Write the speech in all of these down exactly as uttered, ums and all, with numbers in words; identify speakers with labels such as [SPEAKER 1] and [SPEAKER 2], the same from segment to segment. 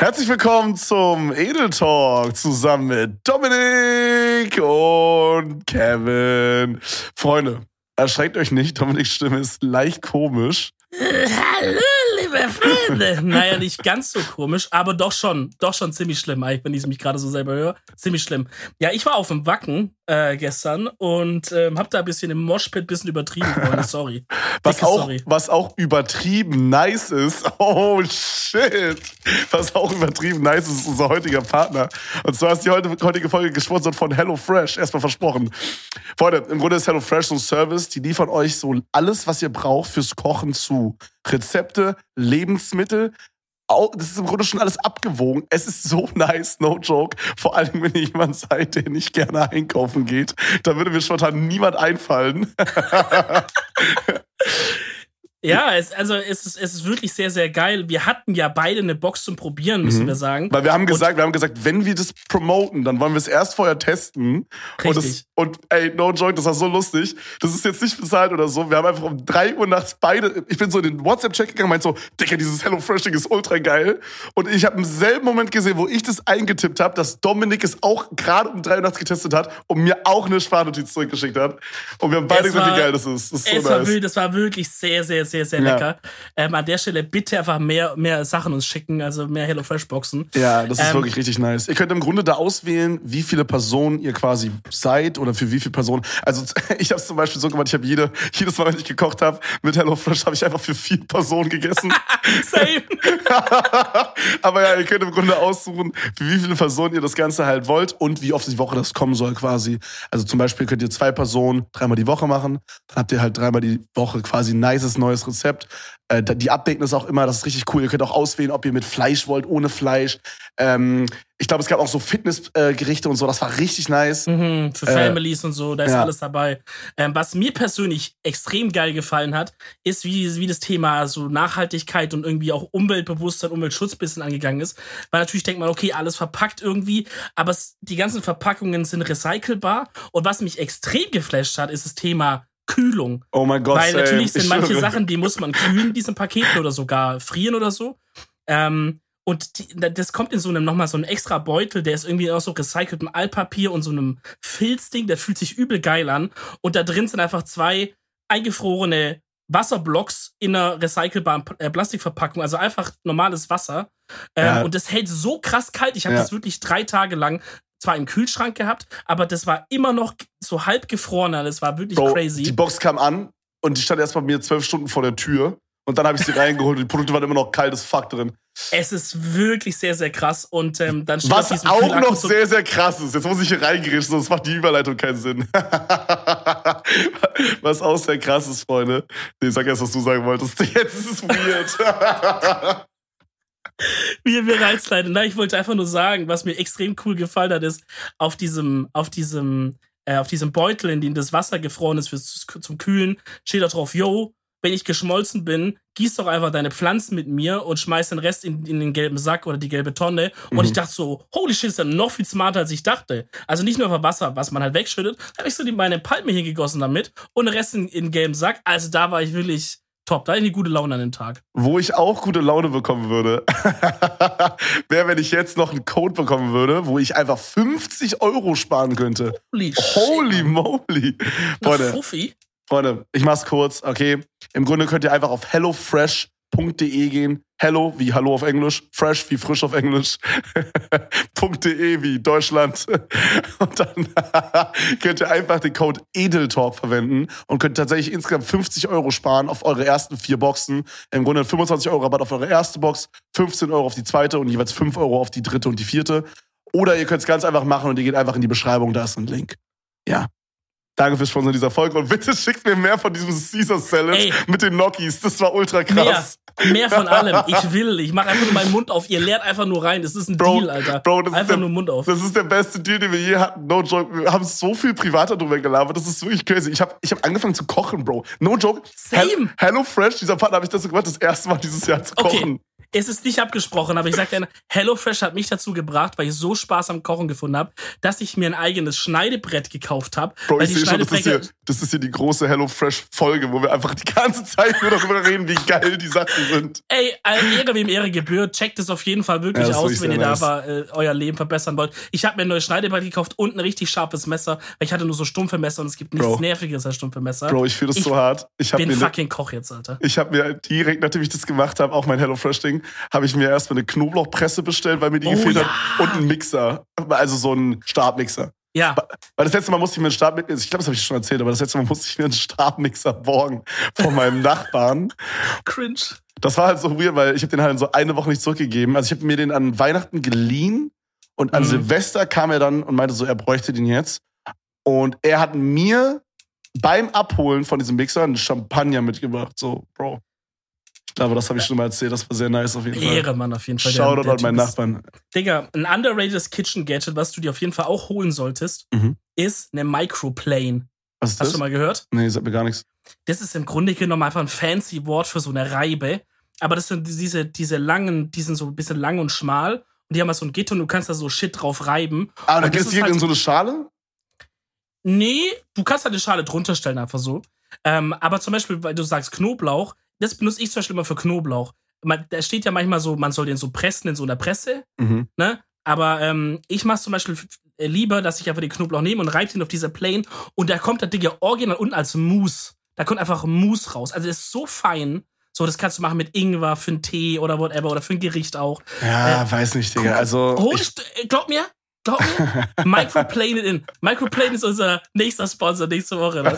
[SPEAKER 1] Herzlich willkommen zum Edel Talk zusammen mit Dominik und Kevin. Freunde, erschreckt euch nicht, Dominiks Stimme ist leicht komisch.
[SPEAKER 2] Hallo, liebe Freunde. Naja, nicht ganz so komisch, aber doch schon, doch schon ziemlich schlimm, eigentlich, wenn ich mich gerade so selber höre. Ziemlich schlimm. Ja, ich war auf dem Wacken äh, gestern und ähm, hab da ein bisschen im Moshpit ein bisschen übertrieben, Freunde, sorry.
[SPEAKER 1] Was
[SPEAKER 2] Dicke
[SPEAKER 1] auch,
[SPEAKER 2] sorry.
[SPEAKER 1] was auch übertrieben nice ist, oh shit, was auch übertrieben nice ist, ist unser heutiger Partner. Und zwar ist die heutige Folge gesponsert von HelloFresh, erstmal versprochen. Freunde, im Grunde ist HelloFresh so ein Service, die liefern euch so alles, was ihr braucht fürs Kochen zu. Rezepte, Lebensmittel, das ist im Grunde schon alles abgewogen. Es ist so nice, no joke. Vor allem, wenn ihr jemand seid, der nicht gerne einkaufen geht. Da würde mir spontan niemand einfallen.
[SPEAKER 2] Ja, es, also es ist, es ist wirklich sehr, sehr geil. Wir hatten ja beide eine Box zum Probieren, müssen mhm. wir sagen.
[SPEAKER 1] Weil wir haben gesagt, und wir haben gesagt, wenn wir das promoten, dann wollen wir es erst vorher testen.
[SPEAKER 2] Richtig.
[SPEAKER 1] Und, das, und ey, no joke, das war so lustig. Das ist jetzt nicht bezahlt oder so. Wir haben einfach um drei Uhr nachts beide, ich bin so in den WhatsApp-Chat gegangen und meinte so, Digga, dieses HelloFresh-Ding ist ultra geil. Und ich habe im selben Moment gesehen, wo ich das eingetippt habe, dass Dominik es auch gerade um drei Uhr nachts getestet hat und mir auch eine Sprachnotiz zurückgeschickt hat. Und wir haben beide
[SPEAKER 2] es
[SPEAKER 1] gesagt,
[SPEAKER 2] war,
[SPEAKER 1] wie geil das ist. Das ist so
[SPEAKER 2] es
[SPEAKER 1] nice.
[SPEAKER 2] war wild, das war wirklich sehr, sehr, sehr, sehr
[SPEAKER 1] Ja.
[SPEAKER 2] lecker. Ähm, an der Stelle bitte einfach mehr, mehr Sachen uns schicken, also mehr HelloFresh-Boxen.
[SPEAKER 1] Ja, das ist
[SPEAKER 2] ähm,
[SPEAKER 1] wirklich richtig nice. Ihr könnt im Grunde da auswählen, wie viele Personen ihr quasi seid oder für wie viele Personen. Also ich habe es zum Beispiel so gemacht, ich habe jede, jedes Mal, wenn ich gekocht habe, mit HelloFresh habe ich einfach für vier Personen gegessen.
[SPEAKER 2] Same.
[SPEAKER 1] Aber ja, ihr könnt im Grunde aussuchen, für wie viele Personen ihr das Ganze halt wollt und wie oft die Woche das kommen soll quasi. Also zum Beispiel könnt ihr zwei Personen dreimal die Woche machen, dann habt ihr halt dreimal die Woche quasi ein nices neues Rezept. Äh, die Updaten ist auch immer, das ist richtig cool. Ihr könnt auch auswählen, ob ihr mit Fleisch wollt, ohne Fleisch. Ähm, ich glaube, es gab auch so Fitnessgerichte äh, und so, das war richtig nice.
[SPEAKER 2] Mhm, für
[SPEAKER 1] äh,
[SPEAKER 2] Families und so, da ist
[SPEAKER 1] ja.
[SPEAKER 2] alles dabei. Ähm, was mir persönlich extrem geil gefallen hat, ist, wie, wie das Thema so Nachhaltigkeit und irgendwie auch Umweltbewusstsein, Umweltschutz ein bisschen angegangen ist. Weil natürlich denkt man, okay, alles verpackt irgendwie, aber es, die ganzen Verpackungen sind recycelbar. Und was mich extrem geflasht hat, ist das Thema Kühlung.
[SPEAKER 1] Oh mein Gott,
[SPEAKER 2] Weil
[SPEAKER 1] same.
[SPEAKER 2] natürlich sind
[SPEAKER 1] Ich
[SPEAKER 2] manche
[SPEAKER 1] schwöre.
[SPEAKER 2] Sachen, die muss man kühlen, diese Pakete oder sogar frieren oder so. Ähm, und die, das kommt in so einem nochmal so ein extra Beutel, der ist irgendwie aus so recyceltem Altpapier und so einem Filzding, der fühlt sich übel geil an. Und da drin sind einfach zwei eingefrorene Wasserblocks in einer recycelbaren äh, Plastikverpackung, also einfach normales Wasser. Ähm,
[SPEAKER 1] Ja.
[SPEAKER 2] Und das hält so krass kalt. Ich habe
[SPEAKER 1] Ja.
[SPEAKER 2] das wirklich drei Tage lang zwar im Kühlschrank gehabt, aber das war immer noch so halb gefroren. Das war wirklich
[SPEAKER 1] Bro,
[SPEAKER 2] crazy.
[SPEAKER 1] die Box kam an und die stand erst bei mir zwölf Stunden vor der Tür. Und dann habe ich sie reingeholt und die Produkte waren immer noch kaltes Fuck drin.
[SPEAKER 2] Es ist wirklich sehr, sehr krass. Und ähm, dann steht
[SPEAKER 1] Was
[SPEAKER 2] auf diesem
[SPEAKER 1] auch
[SPEAKER 2] Kühlakku
[SPEAKER 1] noch
[SPEAKER 2] so,
[SPEAKER 1] sehr, sehr krass ist. Jetzt muss ich hier reingerichten, sonst macht die Überleitung keinen Sinn. Was auch sehr krass ist, Freunde. Nee, sag erst, was du sagen wolltest. Jetzt ist es weird.
[SPEAKER 2] wie wir Reizleiter. Nein, ich wollte einfach nur sagen, was mir extrem cool gefallen hat, ist, auf diesem, auf diesem, äh, auf diesem Beutel, in dem das Wasser gefroren ist fürs, zum Kühlen, steht da drauf, yo, wenn ich geschmolzen bin, gieß doch einfach deine Pflanzen mit mir und schmeiß den Rest in, in den gelben Sack oder die gelbe Tonne. Und
[SPEAKER 1] Mhm.
[SPEAKER 2] ich dachte so, holy shit, ist ja noch viel smarter, als ich dachte. Also nicht nur einfach Wasser, was man halt wegschüttet, habe ich so die meine Palme hier gegossen damit und den Rest in, in den gelben Sack. Also da war ich wirklich top. Da hatte ich eine gute Laune an dem Tag.
[SPEAKER 1] Wo ich auch gute Laune bekommen würde, wäre, wenn ich jetzt noch einen Code bekommen würde, wo ich einfach fünfzig Euro sparen könnte.
[SPEAKER 2] Holy shit.
[SPEAKER 1] Holy moly. Freunde,
[SPEAKER 2] Fuffi.
[SPEAKER 1] Freunde, ich mach's kurz, okay? Im Grunde könnt ihr einfach auf hellofresh punkt de gehen. Hello wie Hallo auf Englisch, Fresh wie frisch auf Englisch, .de wie Deutschland. Und dann könnt ihr einfach den Code EDELTALK verwenden und könnt tatsächlich insgesamt fünfzig Euro sparen auf eure ersten vier Boxen. Im Grunde fünfundzwanzig Euro Rabatt auf eure erste Box, fünfzehn Euro auf die zweite und jeweils fünf Euro auf die dritte und die vierte. Oder ihr könnt es ganz einfach machen und ihr geht einfach in die Beschreibung, da ist ein Link. Ja. Danke fürs Sponsoren dieser Folge und bitte schickt mir mehr von diesem Caesar Salad
[SPEAKER 2] Ey.
[SPEAKER 1] mit den Gnocchis. Das war ultra krass.
[SPEAKER 2] Mehr, mehr von allem. Ich will. Ich mache einfach nur meinen Mund auf. Ihr leert einfach nur rein. Das ist ein
[SPEAKER 1] Bro,
[SPEAKER 2] Deal, Alter.
[SPEAKER 1] Bro, das ist
[SPEAKER 2] einfach
[SPEAKER 1] der,
[SPEAKER 2] nur Mund auf.
[SPEAKER 1] Das ist der beste Deal, den wir je hatten. No joke. Wir haben so viel privater drüber gelabert. Das ist wirklich crazy. Ich habe ich hab angefangen zu kochen, Bro. No joke.
[SPEAKER 2] Same.
[SPEAKER 1] Hello Fresh, dieser Partner, habe ich das so gemacht, das erste Mal dieses Jahr zu kochen.
[SPEAKER 2] Okay. es ist nicht abgesprochen, aber ich sag dir, HelloFresh hat mich dazu gebracht, weil ich so Spaß am Kochen gefunden habe, dass ich mir ein eigenes Schneidebrett gekauft habe.
[SPEAKER 1] Bro, ich sehe schon, das ist, hier, das ist hier die große HelloFresh-Folge, wo wir einfach die ganze Zeit nur darüber reden, wie geil die Sachen sind.
[SPEAKER 2] Ey, Ehre wem Ehre gebührt. Checkt es auf jeden Fall wirklich ja, aus, wenn ihr nice. da äh, euer Leben verbessern wollt. Ich habe mir ein neues Schneidebrett gekauft und ein richtig scharfes Messer, weil ich hatte nur so stumpfe Messer und es gibt nichts Bro. Nerviges als stumpfe Messer.
[SPEAKER 1] Bro, ich fühle das ich so hart. Ich
[SPEAKER 2] bin
[SPEAKER 1] mir
[SPEAKER 2] fucking Koch jetzt, Alter.
[SPEAKER 1] Ich habe mir direkt, nachdem ich das gemacht habe, auch mein HelloFresh-Ding, habe ich mir erstmal eine Knoblauchpresse bestellt, weil mir die oh, gefehlt ja. hat. Und einen Mixer. Also so einen Stabmixer.
[SPEAKER 2] Ja.
[SPEAKER 1] Weil das letzte Mal musste ich mir einen Stabmixer, ich glaube, das habe ich schon erzählt, aber das letzte Mal musste ich mir einen Stabmixer borgen von meinem Nachbarn.
[SPEAKER 2] Cringe.
[SPEAKER 1] Das war halt so weird, weil ich habe den halt so eine Woche nicht zurückgegeben. Also ich habe mir den an Weihnachten geliehen und an mhm. Silvester kam er dann und meinte so, er bräuchte den jetzt. Und er hat mir beim Abholen von diesem Mixer einen Champagner mitgebracht. So, Bro. Ich glaube, das habe ich schon mal erzählt. Das war sehr nice auf jeden Fall.
[SPEAKER 2] Ehre, Mann, auf jeden Fall.
[SPEAKER 1] Shoutout an meinen Nachbarn.
[SPEAKER 2] Digga, ein underrated Kitchen-Gadget, was du dir auf jeden Fall auch holen solltest,
[SPEAKER 1] mhm.
[SPEAKER 2] ist eine Microplane.
[SPEAKER 1] Was ist
[SPEAKER 2] Hast
[SPEAKER 1] das?
[SPEAKER 2] du mal gehört?
[SPEAKER 1] Nee, sagt mir gar nichts.
[SPEAKER 2] Das ist im Grunde genommen einfach ein fancy Wort für so eine Reibe. Aber das sind diese, diese langen, die sind so ein bisschen lang und schmal. Und die haben halt so ein Gitter und du kannst da so Shit drauf reiben.
[SPEAKER 1] Ah, und dann gehst du hier halt in so eine Schale?
[SPEAKER 2] Nee, du kannst halt eine Schale drunter stellen, einfach so. Ähm, aber zum Beispiel, weil du sagst Knoblauch, das benutze ich zum Beispiel immer für Knoblauch. Man, da steht ja manchmal so, man soll den so pressen in so einer Presse.
[SPEAKER 1] Mhm.
[SPEAKER 2] Ne? Aber ähm, ich mache zum Beispiel lieber, dass ich einfach den Knoblauch nehme und reibe den auf diese Plane und da kommt das Ding ja original unten als Mousse. Da kommt einfach Mousse raus. Also das ist so fein. So, das kannst du machen mit Ingwer für einen Tee oder whatever oder für ein Gericht auch.
[SPEAKER 1] Ja, äh, weiß nicht, Digga. Also
[SPEAKER 2] hol, ich, glaub mir, glaub mir, Microplane it in. Microplane ist unser nächster Sponsor nächste Woche. Ne?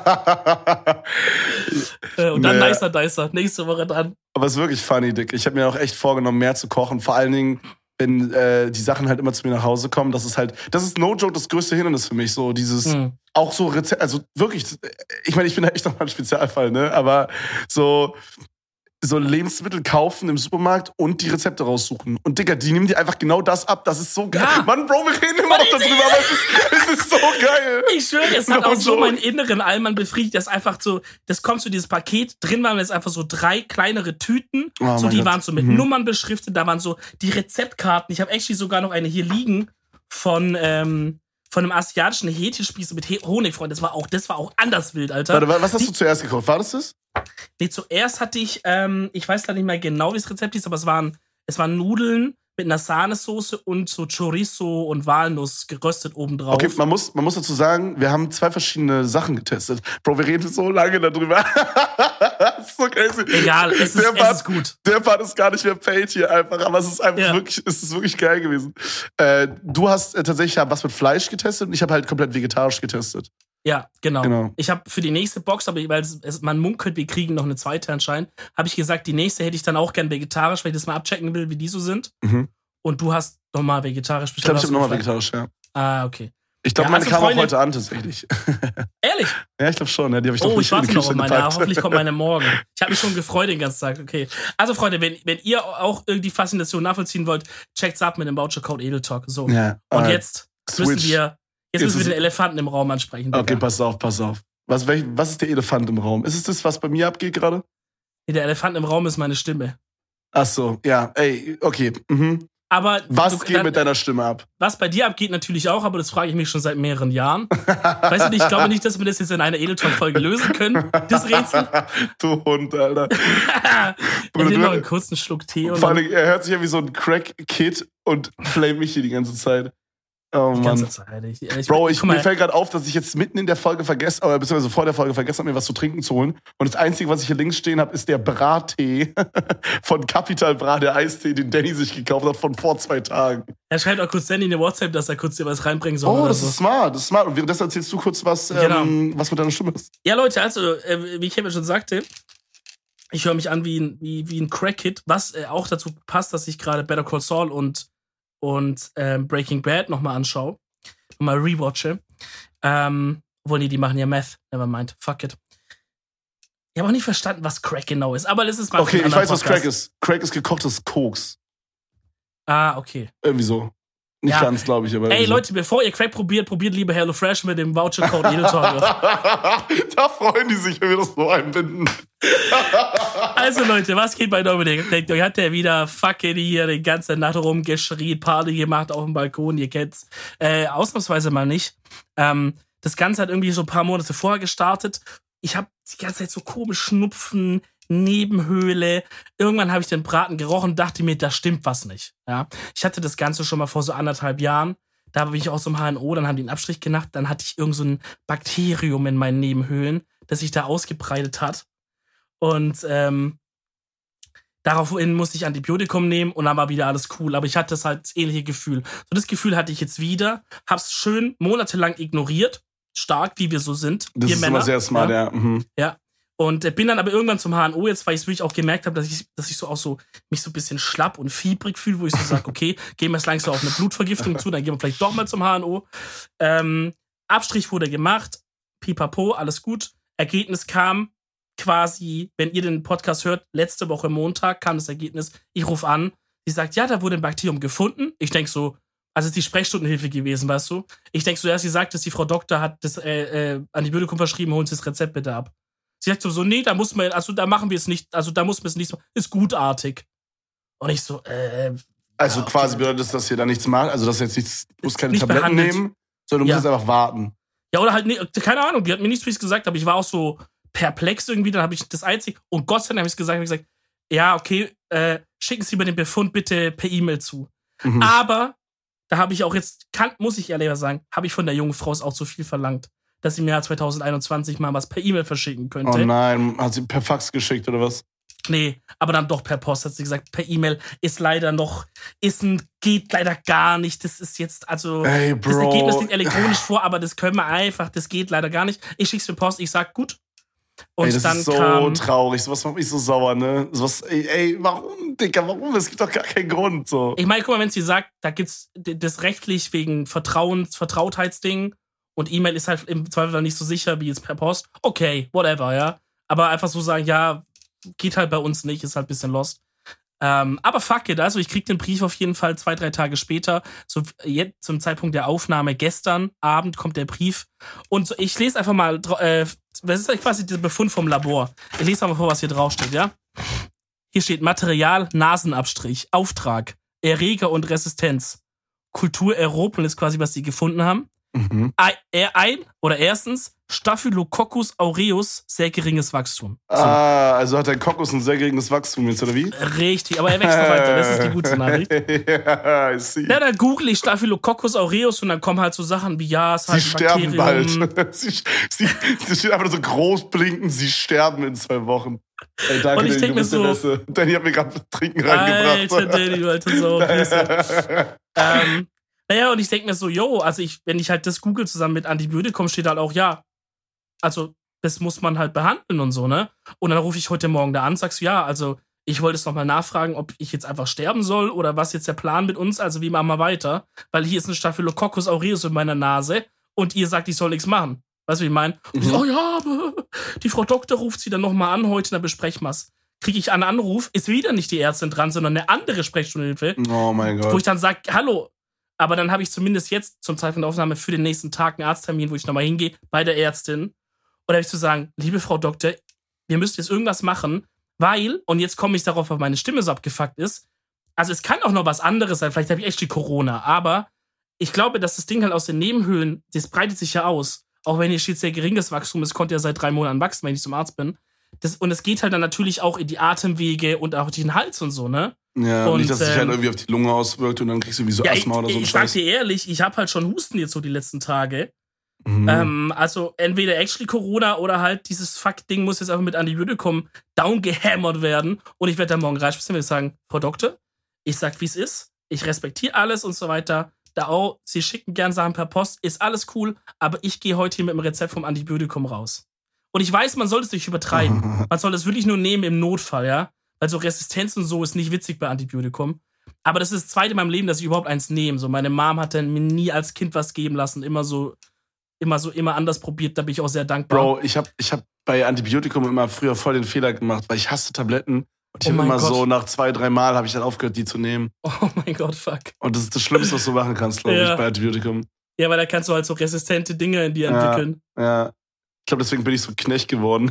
[SPEAKER 2] äh, und dann nee. Nicer Dicer, nächste Woche dran.
[SPEAKER 1] Aber es ist wirklich funny, Dick. Ich habe mir auch echt vorgenommen, mehr zu kochen. Vor allen Dingen, wenn äh, die Sachen halt immer zu mir nach Hause kommen. Das ist halt, das ist no joke das größte Hindernis für mich. So dieses, mhm. auch so Rezept, also wirklich, ich meine, ich bin da echt nochmal ein Spezialfall, ne? Aber so, so Lebensmittel kaufen im Supermarkt und die Rezepte raussuchen. Und Digga, die nehmen dir einfach genau das ab. Das ist so geil. Ja. Mann, Bro, wir reden immer noch darüber, aber es ist, es ist so geil.
[SPEAKER 2] Ich schwöre, es hat no auch so meinen inneren Allmann befriedigt, dass einfach so, das kommt so dieses Paket, drin waren jetzt einfach so drei kleinere Tüten, oh so die Gott. waren so mit mhm. Nummern beschriftet, da waren so die Rezeptkarten. Ich habe actually sogar noch eine hier liegen von, ähm, von einem asiatischen Hähnchenspieß mit Honig, Freund. Das war auch, das war auch anders wild, Alter.
[SPEAKER 1] Warte, was hast die, du zuerst gekauft? War das das?
[SPEAKER 2] Nee, zuerst hatte ich, ähm, ich weiß leider nicht mehr genau, wie das Rezept hieß, aber es waren, es waren Nudeln mit einer Sahnesoße und so Chorizo und Walnuss geröstet obendrauf.
[SPEAKER 1] Okay, man muss, man muss dazu sagen, wir haben zwei verschiedene Sachen getestet. Bro, wir reden so lange darüber. Das ist so crazy.
[SPEAKER 2] Egal, es ist,
[SPEAKER 1] der Part,
[SPEAKER 2] es ist gut.
[SPEAKER 1] Der Part ist gar nicht mehr paid hier einfach, aber es ist einfach ja. wirklich, es ist wirklich geil gewesen. Äh, du hast äh, tatsächlich was mit Fleisch getestet und ich habe halt komplett vegetarisch getestet.
[SPEAKER 2] Ja, genau.
[SPEAKER 1] genau.
[SPEAKER 2] Ich habe für die nächste Box, aber weil es, es, man munkelt, wir kriegen noch eine zweite anscheinend, habe ich gesagt, die nächste hätte ich dann auch gern vegetarisch, weil ich das mal abchecken will, wie die so sind.
[SPEAKER 1] Mhm.
[SPEAKER 2] Und du hast nochmal vegetarisch
[SPEAKER 1] bestellt. Ich glaube, ich habe nochmal vegetarisch, ja.
[SPEAKER 2] Ah, okay.
[SPEAKER 1] Ich glaube,
[SPEAKER 2] ja,
[SPEAKER 1] meine
[SPEAKER 2] also
[SPEAKER 1] kam
[SPEAKER 2] Freunde,
[SPEAKER 1] auch heute an, tatsächlich.
[SPEAKER 2] Ehrlich?
[SPEAKER 1] Ja, ich glaube schon. Ja, die habe ich noch
[SPEAKER 2] oh,
[SPEAKER 1] nicht
[SPEAKER 2] ich warte noch auf meine.
[SPEAKER 1] Ja,
[SPEAKER 2] hoffentlich kommt meine morgen. Ich habe mich schon gefreut den ganzen Tag. Okay. Also, Freunde, wenn, wenn ihr auch irgendwie Faszination nachvollziehen wollt, checkt's ab mit dem Voucher-Code Edeltalk. So.
[SPEAKER 1] Ja,
[SPEAKER 2] und jetzt
[SPEAKER 1] Switch.
[SPEAKER 2] müssen wir, jetzt müssen wir den Elefanten im Raum ansprechen.
[SPEAKER 1] Okay, Digga. pass auf, pass auf. Was, welch, was ist der Elefant im Raum? Ist es das, was bei mir abgeht gerade?
[SPEAKER 2] Nee, der Elefant im Raum ist meine Stimme.
[SPEAKER 1] Ach so, ja, ey, okay. Mhm.
[SPEAKER 2] Aber
[SPEAKER 1] was
[SPEAKER 2] du,
[SPEAKER 1] geht
[SPEAKER 2] dann,
[SPEAKER 1] mit deiner Stimme ab?
[SPEAKER 2] Was bei dir abgeht natürlich auch, aber das frage ich mich schon seit mehreren Jahren. Weißt du nicht, ich glaube nicht, dass wir das jetzt in einer Edeltalk-Folge lösen können, das Rätsel.
[SPEAKER 1] Du Hund, Alter.
[SPEAKER 2] Ich will noch einen kurzen Schluck Tee.
[SPEAKER 1] Vor allem, er hört sich ja wie so ein Crack-Kid und flame mich hier die ganze Zeit. Oh
[SPEAKER 2] die
[SPEAKER 1] Mann.
[SPEAKER 2] ganze Zeit. Ich, ich,
[SPEAKER 1] Bro, ich, mir fällt gerade auf, dass ich jetzt mitten in der Folge vergessen, oder beziehungsweise vor der Folge vergessen habe, mir was zu trinken zu holen. Und das Einzige, was ich hier links stehen habe, ist der Brattee von Capital Bra, der Eistee, den Danny sich gekauft hat von vor zwei Tagen.
[SPEAKER 2] Er schreibt auch kurz Danny in der WhatsApp, dass er kurz dir was reinbringen soll.
[SPEAKER 1] Oh,
[SPEAKER 2] oder
[SPEAKER 1] das
[SPEAKER 2] so.
[SPEAKER 1] ist smart, das ist smart. Und währenddessen erzählst du kurz, was,
[SPEAKER 2] genau.
[SPEAKER 1] ähm, was mit deiner Stimme ist.
[SPEAKER 2] Ja, Leute, also, äh, wie Kevin schon sagte, ich höre mich an wie ein, wie, wie ein Crack-Kid, was äh, auch dazu passt, dass ich gerade Better Call Saul und, und ähm, Breaking Bad nochmal anschaue. Und mal rewatche. Ähm, obwohl, nee, die machen ja Meth. Nevermind. Fuck it. Ich habe auch nicht verstanden, was Crack genau ist. Aber das ist mal
[SPEAKER 1] okay, ich weiß, Podcast. Was Crack ist. Crack ist gekochtes Koks.
[SPEAKER 2] Ah, okay.
[SPEAKER 1] Irgendwie so. Nicht
[SPEAKER 2] ja.
[SPEAKER 1] ganz, glaube ich. Aber
[SPEAKER 2] Ey,
[SPEAKER 1] so.
[SPEAKER 2] Leute, bevor ihr Crack probiert, probiert lieber HelloFresh mit dem Vouchercode EdelTalk.
[SPEAKER 1] Da freuen die sich, wenn wir das so einbinden.
[SPEAKER 2] Also Leute, was geht bei Dominik? Denkt euch, hat der wieder fucking hier die ganze Nacht rumgeschrien, Party gemacht auf dem Balkon, ihr kennt's. Äh, ausnahmsweise mal nicht. Ähm, das Ganze hat irgendwie so ein paar Monate vorher gestartet. Ich habe die ganze Zeit so komisch Schnupfen, Nebenhöhle. Irgendwann habe ich den Braten gerochen und dachte mir, da stimmt was nicht. Ja? Ich hatte das Ganze schon mal vor so anderthalb Jahren. Da bin ich auch so im H N O, dann haben die einen Abstrich gemacht. Dann hatte ich irgend so ein Bakterium in meinen Nebenhöhlen, das sich da ausgebreitet hat. Und ähm, daraufhin musste ich Antibiotikum nehmen und dann war wieder alles cool. Aber ich hatte das halt das ähnliche Gefühl. So das Gefühl hatte ich jetzt wieder. Hab's schön monatelang ignoriert. Stark, wie wir so sind.
[SPEAKER 1] Das ist
[SPEAKER 2] Männer.
[SPEAKER 1] immer sehr smart, ja. Ja. Mhm.
[SPEAKER 2] ja. Und bin dann aber irgendwann zum H N O jetzt, weil ich wirklich auch gemerkt habe, dass ich, dass ich so auch so mich so ein bisschen schlapp und fiebrig fühle, wo ich so sage, okay, gehen wir jetzt langsam auf eine Blutvergiftung zu, dann gehen wir vielleicht doch mal zum H N O. Ähm, Abstrich wurde gemacht, pipapo, alles gut. Ergebnis kam quasi, wenn ihr den Podcast hört, letzte Woche Montag kam das Ergebnis, ich rufe an, sie sagt, ja, da wurde ein Bakterium gefunden. Ich denk so, also ist die Sprechstundenhilfe gewesen, weißt du? Ich denk so, ja, sie sagt, dass die Frau Doktor hat das äh, äh, Antibiotikum verschrieben, holen Sie das Rezept bitte ab. Sie sagt so, so, nee, da muss man, also da machen wir es nicht, also da muss man es nicht so, ist gutartig. Und ich so, äh.
[SPEAKER 1] Also
[SPEAKER 2] ja, okay.
[SPEAKER 1] quasi bedeutet das, dass ihr da nichts macht, also dass jetzt nichts, du musst keine
[SPEAKER 2] nicht
[SPEAKER 1] Tabletten
[SPEAKER 2] behandelt.
[SPEAKER 1] nehmen, sondern du
[SPEAKER 2] Ja.
[SPEAKER 1] musst jetzt einfach warten.
[SPEAKER 2] Ja, oder halt, nee, keine Ahnung, die hat mir nichts Richtiges gesagt, aber ich war auch so perplex irgendwie, dann habe ich das einzig, und Gott sei Dank habe ich gesagt, hab ich gesagt, ja, okay, äh, schicken Sie mir den Befund bitte per E-Mail zu.
[SPEAKER 1] Mhm.
[SPEAKER 2] Aber, da habe ich auch jetzt, kann, muss ich ehrlich sagen, habe ich von der jungen Frau auch zu viel verlangt, dass sie mir zwanzig einundzwanzig mal was per E-Mail verschicken könnte.
[SPEAKER 1] Oh nein, hat sie per Fax geschickt oder was?
[SPEAKER 2] Nee, aber dann doch per Post, hat sie gesagt, per E-Mail ist leider noch, ist ein, geht leider gar nicht. Das ist jetzt, also,
[SPEAKER 1] Ey,
[SPEAKER 2] das
[SPEAKER 1] Bro.
[SPEAKER 2] Ergebnis liegt elektronisch vor, aber das können wir einfach, das geht leider gar nicht. Ich schick's per Post, ich sag gut. Und
[SPEAKER 1] ey, das
[SPEAKER 2] dann
[SPEAKER 1] ist so
[SPEAKER 2] kam,
[SPEAKER 1] traurig, sowas macht mich so sauer, ne? Sowas, ey, ey, warum, Digga, warum? Es gibt doch gar keinen Grund, so.
[SPEAKER 2] ich meine, guck mal, wenn sie sagt, da gibt's das rechtlich wegen Vertrauens, Vertrautheitsding und E-Mail ist halt im Zweifel nicht so sicher wie jetzt per Post. Okay, whatever, ja. Aber einfach so sagen, ja, geht halt bei uns nicht, ist halt ein bisschen lost. Ähm, aber fuck it, also ich krieg den Brief auf jeden Fall zwei, drei Tage später. So jetzt zum Zeitpunkt der Aufnahme gestern Abend kommt der Brief. Und so, ich lese einfach mal, äh, das ist quasi der Befund vom Labor. Ich lese mal vor, was hier draufsteht, ja? Hier steht Material, Nasenabstrich, Auftrag, Erreger und Resistenz. Kultur Aeropolen ist quasi, was sie gefunden haben.
[SPEAKER 1] Mhm.
[SPEAKER 2] Ein oder erstens Staphylococcus aureus, sehr geringes Wachstum. So.
[SPEAKER 1] Ah, also hat der Kokos ein sehr geringes Wachstum jetzt, oder wie?
[SPEAKER 2] Richtig, aber er wächst noch weiter, das ist die gute Nachricht.
[SPEAKER 1] Ja, I see.
[SPEAKER 2] Na, dann google ich Staphylococcus aureus und dann kommen halt so Sachen wie, ja, es ist halt
[SPEAKER 1] Sie
[SPEAKER 2] ein
[SPEAKER 1] sterben
[SPEAKER 2] Bakterium.
[SPEAKER 1] bald. Sie, sie, sie steht einfach so groß blinkend, sie sterben in zwei Wochen. Ey, danke,
[SPEAKER 2] Und ich
[SPEAKER 1] Danny,
[SPEAKER 2] denk
[SPEAKER 1] du
[SPEAKER 2] mir
[SPEAKER 1] bist der
[SPEAKER 2] so,
[SPEAKER 1] Beste. Danny hat mir gerade Trinken reingebracht.
[SPEAKER 2] Alter, Danny, du alte Sau. ähm, naja, und ich denke mir so, yo, also ich, wenn ich halt das google zusammen mit Antibiotikum, steht halt auch, ja, also das muss man halt behandeln und so, ne? Und dann rufe ich heute Morgen da an, sagst du, ja, also ich wollte es nochmal nachfragen, ob ich jetzt einfach sterben soll oder was jetzt der Plan mit uns, also wie machen wir weiter? Weil hier ist ein Staphylococcus aureus in meiner Nase und ihr sagt, ich soll nichts machen. Weißt du, wie ich meine? Und ich so, oh ja, aber die Frau Doktor ruft sie dann nochmal an heute, dann besprechen wir's. Kriege ich einen Anruf, ist wieder nicht die Ärztin dran, sondern eine andere Sprechstundenhilfe,
[SPEAKER 1] Oh mein Gott.
[SPEAKER 2] wo ich dann sage, hallo, aber dann habe ich zumindest jetzt zum Zeitpunkt der Aufnahme für den nächsten Tag einen Arzttermin, wo ich nochmal hingehe, bei der Ärztin. Oder habe ich zu sagen, liebe Frau Doktor, wir müssen jetzt irgendwas machen, weil, und jetzt komme ich darauf, weil meine Stimme so abgefuckt ist, also es kann auch noch was anderes sein, vielleicht habe ich echt die Corona, aber ich glaube, dass das Ding halt aus den Nebenhöhlen, das breitet sich ja aus. Auch wenn hier steht sehr geringes Wachstum, es konnte ja seit drei Monaten wachsen, wenn ich zum Arzt bin. Das, und es geht halt dann natürlich auch in die Atemwege und auch den Hals und so, ne?
[SPEAKER 1] Ja,
[SPEAKER 2] und,
[SPEAKER 1] nicht, dass es sich halt
[SPEAKER 2] ähm,
[SPEAKER 1] irgendwie auf die Lunge auswirkt und dann kriegst du wie so
[SPEAKER 2] Ja,
[SPEAKER 1] Asthma
[SPEAKER 2] ich,
[SPEAKER 1] oder so.
[SPEAKER 2] ich sag dir ehrlich, ich habe halt schon Husten jetzt so die letzten Tage.
[SPEAKER 1] Mhm.
[SPEAKER 2] Ähm, also entweder actually Corona oder halt dieses Fuck-Ding muss jetzt einfach mit Antibiotikum downgehammert werden. Und ich werde dann morgen reinsprechen und sagen, Frau Doktor, ich sag, wie es ist. Ich respektiere alles und so weiter. Da auch, Sie schicken gern Sachen per Post, ist alles cool. Aber ich gehe heute hier mit dem Rezept vom Antibiotikum raus. Und ich weiß, man soll es nicht übertreiben. Man soll es wirklich nur nehmen im Notfall, ja. Weil so Resistenz und so ist nicht witzig bei Antibiotikum. Aber das ist das zweite in meinem Leben, dass ich überhaupt eins nehme. So, meine Mom hat dann mir nie als Kind was geben lassen. Immer so, immer so, immer anders probiert. Da bin ich auch sehr dankbar.
[SPEAKER 1] Bro, ich hab, ich hab bei Antibiotikum immer früher voll den Fehler gemacht, weil ich hasse Tabletten. Und ich
[SPEAKER 2] Oh
[SPEAKER 1] habe
[SPEAKER 2] mein
[SPEAKER 1] immer
[SPEAKER 2] Gott.
[SPEAKER 1] so, nach zwei, drei Mal habe ich dann aufgehört, die zu nehmen.
[SPEAKER 2] Oh mein Gott, fuck.
[SPEAKER 1] Und das ist das Schlimmste, was du machen kannst, glaube
[SPEAKER 2] Ja.
[SPEAKER 1] ich, bei Antibiotikum.
[SPEAKER 2] Ja, weil da kannst du halt so resistente Dinge in dir
[SPEAKER 1] Ja.
[SPEAKER 2] entwickeln.
[SPEAKER 1] Ja. Ich glaube, deswegen bin ich so Knecht geworden.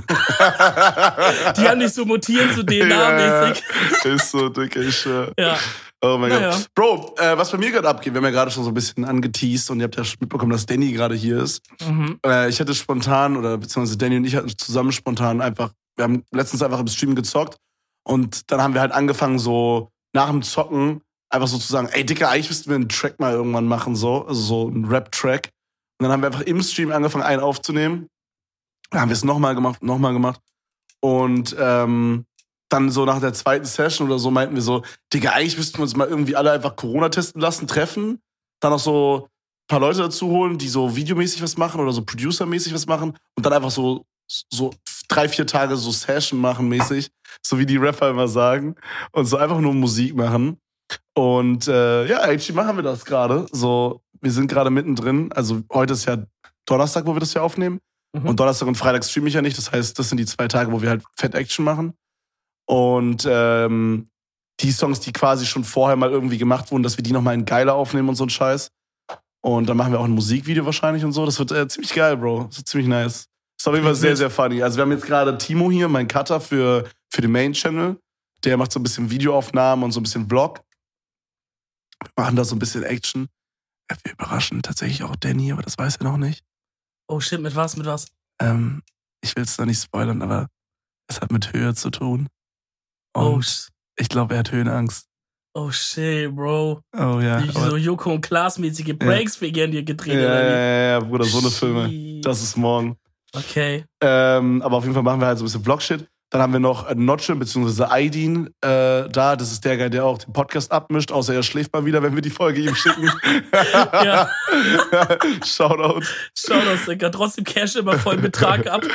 [SPEAKER 2] Die haben dich so mutiert, so D N A-mäßig.
[SPEAKER 1] Ja, ist so, Dick, ich schwör.
[SPEAKER 2] Ja.
[SPEAKER 1] Oh mein
[SPEAKER 2] Naja.
[SPEAKER 1] Gott. Bro, äh, was bei mir gerade abgeht, wir haben ja gerade schon so ein bisschen angeteased und ihr habt ja schon mitbekommen, dass Danny gerade hier ist.
[SPEAKER 2] Mhm.
[SPEAKER 1] Äh, ich hatte spontan, oder beziehungsweise Danny und ich hatten zusammen spontan einfach, wir haben letztens einfach im Stream gezockt und dann haben wir halt angefangen, so nach dem Zocken einfach so zu sagen, ey Dicker, eigentlich müssten wir einen Track mal irgendwann machen, so, also so einen Rap-Track. Und dann haben wir einfach im Stream angefangen, einen aufzunehmen. Dann haben wir es nochmal gemacht, nochmal gemacht. Und ähm, dann so nach der zweiten Session oder so meinten wir so, Digga, eigentlich müssten wir uns mal irgendwie alle einfach Corona testen lassen, treffen. Dann noch so ein paar Leute dazu holen, die so videomäßig was machen oder so producermäßig was machen. Und dann einfach so, so drei, vier Tage so Session machen mäßig. So wie die Rapper immer sagen. Und so einfach nur Musik machen. Und äh, ja, actually machen wir das gerade. So, wir sind gerade mittendrin. Also heute ist ja Donnerstag, wo wir das hier aufnehmen.
[SPEAKER 2] Mhm.
[SPEAKER 1] Und Donnerstag und Freitag streame ich ja nicht. Das heißt, das sind die zwei Tage, wo wir halt Fett Action machen. Und ähm, die Songs, die quasi schon vorher mal irgendwie gemacht wurden, dass wir die nochmal in geiler aufnehmen und so ein Scheiß. Und dann machen wir auch ein Musikvideo wahrscheinlich und so. Das wird äh, ziemlich geil, Bro. Das wird ziemlich nice. Ist auf jeden Fall sehr, sehr funny. Also wir haben jetzt gerade Timo hier, mein Cutter für, für den Main-Channel. Der macht so ein bisschen Videoaufnahmen und so ein bisschen Vlog. Wir machen da so ein bisschen Action. Wir überraschen tatsächlich auch Danny, aber das weiß er noch nicht.
[SPEAKER 2] Oh shit, mit was, mit was?
[SPEAKER 1] Ähm, ich will es da nicht spoilern, aber es hat mit Höhe zu tun.
[SPEAKER 2] Oh,
[SPEAKER 1] Und
[SPEAKER 2] sh-
[SPEAKER 1] ich glaube, er hat Höhenangst.
[SPEAKER 2] oh shit, Bro.
[SPEAKER 1] Oh ja.
[SPEAKER 2] Wie
[SPEAKER 1] aber-
[SPEAKER 2] so Joko und Klaas-mäßige Pranks wir gerne dir
[SPEAKER 1] ja,
[SPEAKER 2] gedreht
[SPEAKER 1] ja,
[SPEAKER 2] oder wie?
[SPEAKER 1] ja, ja, Bruder, so eine Filme.
[SPEAKER 2] Shit.
[SPEAKER 1] Das ist morgen.
[SPEAKER 2] Okay.
[SPEAKER 1] Ähm, aber auf jeden Fall machen wir halt so ein bisschen Vlog-Shit. Dann haben wir noch Notche bzw. Aydin äh, da. Das ist der Guy, der auch den Podcast abmischt, außer er schläft mal wieder, wenn wir die Folge ihm schicken.
[SPEAKER 2] Ja.
[SPEAKER 1] Shoutout.
[SPEAKER 2] Schau das, Digga. Trotzdem Cash immer vollen Betrag ab.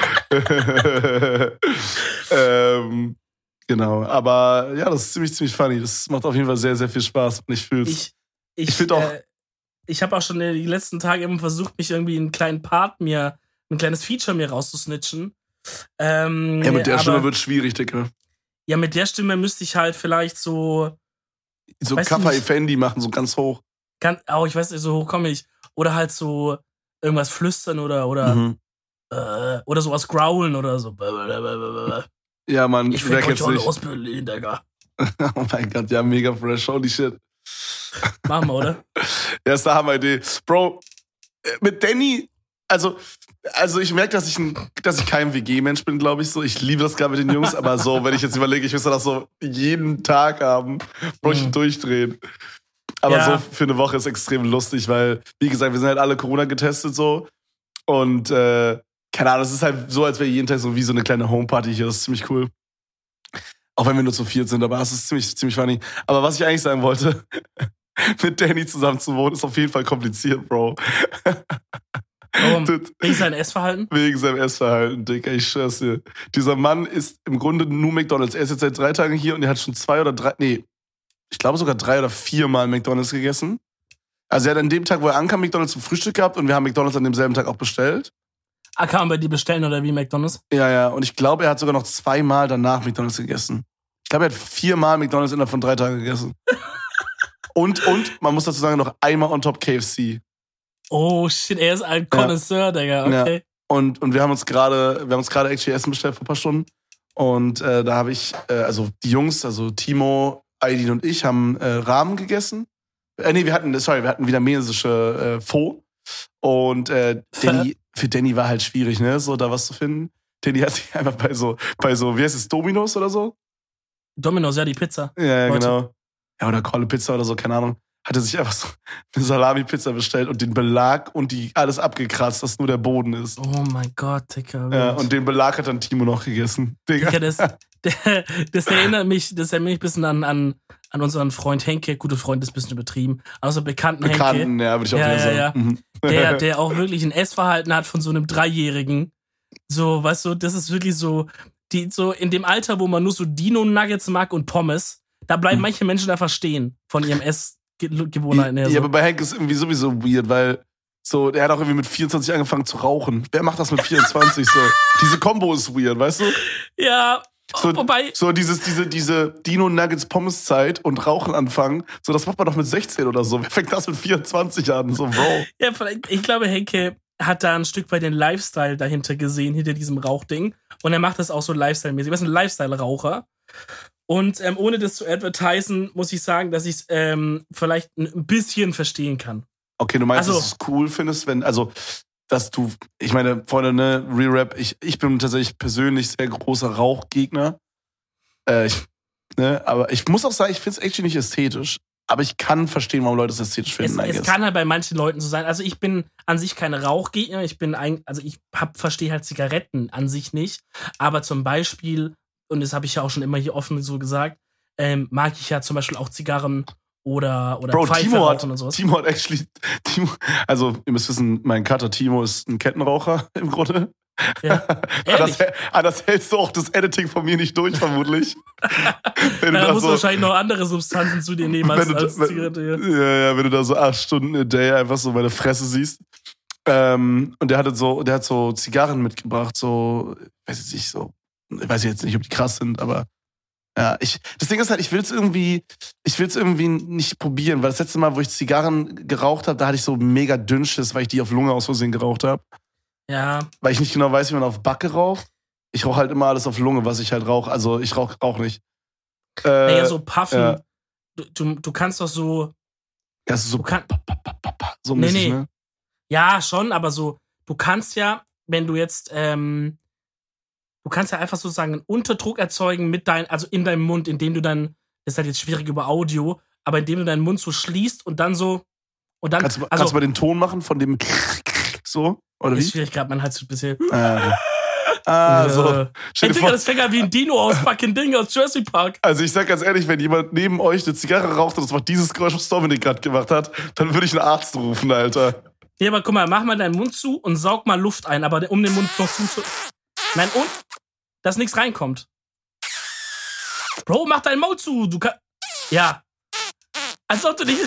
[SPEAKER 1] ähm, genau, aber ja, das ist ziemlich, ziemlich funny. Das macht auf jeden Fall sehr, sehr viel Spaß und ich fühl's.
[SPEAKER 2] Ich, ich,
[SPEAKER 1] Ich find auch-
[SPEAKER 2] Äh, ich habe auch schon die letzten Tage immer versucht, mich irgendwie einen kleinen Part mir, ein kleines Feature mir rauszusnitchen. Ähm,
[SPEAKER 1] ja, mit der
[SPEAKER 2] aber,
[SPEAKER 1] Stimme wird schwierig, Digga.
[SPEAKER 2] Ja, mit der Stimme müsste ich halt vielleicht so.
[SPEAKER 1] So
[SPEAKER 2] Weißt du
[SPEAKER 1] Kaffa
[SPEAKER 2] nicht-
[SPEAKER 1] Effendi machen, so ganz hoch.
[SPEAKER 2] Kann, oh, ich weiß nicht, so hoch komme ich. Oder halt so irgendwas flüstern oder oder,
[SPEAKER 1] Mhm.
[SPEAKER 2] äh, oder sowas growlen oder so.
[SPEAKER 1] Ja, Mann,
[SPEAKER 2] Ich
[SPEAKER 1] wer
[SPEAKER 2] fick euch
[SPEAKER 1] kennt's
[SPEAKER 2] alle
[SPEAKER 1] nicht?
[SPEAKER 2] aus Berlin, Digga.
[SPEAKER 1] Oh mein Gott, ja, mega fresh, holy shit.
[SPEAKER 2] Machen wir, oder?
[SPEAKER 1] Ja, ist eine Hammer-Idee. Bro, äh, mit Danny, also, also ich merke, dass ich, ein, dass ich kein W G-Mensch bin, glaube ich so. Ich liebe das gerade mit den Jungs, aber so, wenn ich jetzt überlege, ich müsste das so jeden Tag haben, Bro, ich
[SPEAKER 2] Mhm.
[SPEAKER 1] durchdrehen. Aber
[SPEAKER 2] Ja.
[SPEAKER 1] so für eine Woche ist extrem lustig, weil, wie gesagt, wir sind halt alle Corona getestet so. Und, äh, keine Ahnung, es ist halt so, als wäre jeden Tag so wie so eine kleine Homeparty hier. Das ist ziemlich cool. Auch wenn wir nur zu viert sind, aber es ist ziemlich, ziemlich funny. Aber was ich eigentlich sagen wollte, mit Danny zusammen zu wohnen, ist auf jeden Fall kompliziert, Bro.
[SPEAKER 2] Warum?
[SPEAKER 1] Das-
[SPEAKER 2] Wegen sein Essverhalten?
[SPEAKER 1] Wegen seinem Essverhalten, Digga, ich schwör's dir. Dieser Mann ist im Grunde nur McDonalds. Er ist jetzt seit drei Tagen hier und er hat schon zwei oder drei, nee, ich glaube sogar drei oder vier Mal McDonalds gegessen. Also er hat an dem Tag, wo er ankam, McDonalds zum Frühstück gehabt und wir haben McDonalds an demselben Tag auch bestellt.
[SPEAKER 2] Ah, kann man bei dir bestellen oder wie McDonalds?
[SPEAKER 1] Ja, ja, und ich glaube, er hat sogar noch zweimal danach McDonalds gegessen. Ich glaube, er hat viermal McDonalds innerhalb von drei Tagen gegessen. und, und, man muss dazu sagen, noch einmal on top K F C.
[SPEAKER 2] Oh shit, er ist ein Connoisseur, Digga. Okay.
[SPEAKER 1] Und, und wir haben uns gerade, wir haben uns gerade actually Essen bestellt vor ein paar Stunden. Und äh, da habe ich, äh, also die Jungs, also Timo, Aydin und ich, haben äh, Ramen gegessen. Äh, nee, wir hatten, sorry, wir hatten vietnamesische äh, Pho. Und äh, Danny, für Danny war halt schwierig, ne, so da was zu finden. Danny hat sich einfach bei so, bei so, wie heißt es, Domino's oder so?
[SPEAKER 2] Domino's, ja, die Pizza.
[SPEAKER 1] Ja, ja,
[SPEAKER 2] Leute.
[SPEAKER 1] genau. Ja, oder Kolle Pizza oder so, keine Ahnung. Hatte sich einfach so eine Salami-Pizza bestellt und den Belag und die alles abgekratzt, dass nur der Boden ist.
[SPEAKER 2] Oh mein Gott, Digga.
[SPEAKER 1] Ja, und den Belag hat dann Timo noch gegessen. Digga.
[SPEAKER 2] Digga, das, der, das erinnert mich, das erinnert mich ein bisschen an, an, an unseren Freund Henke. Gute Freund ist ein bisschen übertrieben. Also bekannten Henke.
[SPEAKER 1] Bekannten, ja, würde ich auch
[SPEAKER 2] Ja,
[SPEAKER 1] wieder
[SPEAKER 2] ja,
[SPEAKER 1] sagen.
[SPEAKER 2] ja.
[SPEAKER 1] Mhm.
[SPEAKER 2] Der, der auch wirklich ein Essverhalten hat von so einem Dreijährigen. So, weißt du, das ist wirklich so, die, so in dem Alter, wo man nur so Dino-Nuggets mag und Pommes, da bleiben
[SPEAKER 1] Mhm.
[SPEAKER 2] manche Menschen einfach stehen von ihrem Essgewohnheiten her.
[SPEAKER 1] Ja,
[SPEAKER 2] So.
[SPEAKER 1] aber bei Hank ist irgendwie sowieso weird, weil so, der hat auch irgendwie mit vierundzwanzig angefangen zu rauchen. Wer macht das mit vierundzwanzig so? Diese Kombo ist weird, weißt du?
[SPEAKER 2] Ja,
[SPEAKER 1] So,
[SPEAKER 2] Wobei,
[SPEAKER 1] so dieses, diese, diese Dino-Nuggets-Pommes-Zeit und Rauchen anfangen, so das macht man doch mit sechzehn oder so. Wer fängt das mit vierundzwanzig an? So, Bro.
[SPEAKER 2] ja, vielleicht, ich glaube, Henke hat da ein Stück weit den Lifestyle dahinter gesehen, hinter diesem Rauchding. Und er macht das auch so Lifestyle-mäßig. Er ist ein Lifestyle-Raucher. Und ähm, ohne das zu advertisen, muss ich sagen, dass ich es ähm, vielleicht ein bisschen verstehen kann.
[SPEAKER 1] Okay, du meinst,
[SPEAKER 2] Also-
[SPEAKER 1] dass du es cool findest, wenn, also, dass du, ich meine, Freunde, ne, Real Rap, ich, ich bin tatsächlich persönlich sehr großer Rauchgegner. Äh, ich, ne, aber ich muss auch sagen, ich finde es actually nicht ästhetisch. Aber ich kann verstehen, warum Leute es ästhetisch
[SPEAKER 2] Es,
[SPEAKER 1] finden. I
[SPEAKER 2] es
[SPEAKER 1] guess.
[SPEAKER 2] kann halt bei manchen Leuten so sein. Also ich bin an sich kein Rauchgegner. Ich bin ein, also ich hab, verstehe halt Zigaretten an sich nicht. Aber zum Beispiel, und das habe ich ja auch schon immer hier offen so gesagt, ähm, mag ich ja zum Beispiel auch Zigarren oder, oder
[SPEAKER 1] Bro,
[SPEAKER 2] Pfeife
[SPEAKER 1] Timo hat,
[SPEAKER 2] rauchen und sowas.
[SPEAKER 1] Timo hat actually, Timo, also ihr müsst wissen, mein Cutter Timo ist ein Kettenraucher im Grunde.
[SPEAKER 2] Ja.
[SPEAKER 1] Anders,
[SPEAKER 2] Ehrlich?
[SPEAKER 1] anders hältst du auch das Editing von mir nicht durch, vermutlich. Wenn du
[SPEAKER 2] Da
[SPEAKER 1] da
[SPEAKER 2] musst du
[SPEAKER 1] so,
[SPEAKER 2] wahrscheinlich noch andere Substanzen zu dir nehmen als,
[SPEAKER 1] wenn du,
[SPEAKER 2] als Zigarette.
[SPEAKER 1] wenn,
[SPEAKER 2] Ja.
[SPEAKER 1] ja, ja, wenn du da so acht Stunden a day einfach so meine Fresse siehst. Ähm, und der hatte so, der hat so Zigarren mitgebracht, so, weiß ich nicht, so, ich weiß jetzt nicht, ob die krass sind, aber ja, ich, das Ding ist halt, ich will es irgendwie, ich will es irgendwie nicht probieren, weil das letzte Mal, wo ich Zigarren geraucht habe, da hatte ich so mega Dünnschiss, weil ich die auf Lunge aus Versehen geraucht habe.
[SPEAKER 2] Ja.
[SPEAKER 1] Weil ich nicht genau weiß, wie man auf Backe raucht. Ich rauche halt immer alles auf Lunge, was ich halt rauche. Also ich rauche rauch nicht. Äh,
[SPEAKER 2] Naja, so Puffen.
[SPEAKER 1] ja.
[SPEAKER 2] Du, du, du kannst doch so.
[SPEAKER 1] Ja, so,
[SPEAKER 2] Du kann,
[SPEAKER 1] so
[SPEAKER 2] Nee,
[SPEAKER 1] mäßig,
[SPEAKER 2] nee.
[SPEAKER 1] ne?
[SPEAKER 2] ja, schon, aber so, du kannst ja, wenn du jetzt, ähm, du kannst ja einfach sozusagen einen Unterdruck erzeugen mit dein, also in deinem Mund, indem du dann, das ist halt jetzt schwierig über Audio, aber indem du deinen Mund so schließt und dann so, und dann,
[SPEAKER 1] Kannst du,
[SPEAKER 2] also,
[SPEAKER 1] kannst du mal den Ton machen von dem so? Oder
[SPEAKER 2] ist
[SPEAKER 1] wie?
[SPEAKER 2] schwierig gerade, man hat so ein bisschen.
[SPEAKER 1] Ah, ah so.
[SPEAKER 2] Äh,
[SPEAKER 1] Stell
[SPEAKER 2] Ey,
[SPEAKER 1] dir
[SPEAKER 2] Digga,
[SPEAKER 1] vor,
[SPEAKER 2] das fängt an wie ein Dino aus fucking Ding aus Jersey Park.
[SPEAKER 1] also ich sag ganz ehrlich, wenn jemand neben euch eine Zigarre raucht und das macht dieses Geräusch, was Dominik gerade gemacht hat, dann würde ich einen Arzt rufen, Alter.
[SPEAKER 2] Nee, aber guck mal, mach mal deinen Mund zu und saug mal Luft ein, aber um den Mund noch zu. Nein, und? Dass nichts reinkommt. Bro, mach deinen Maul zu. Du kannst. Ja. Als ob du nicht.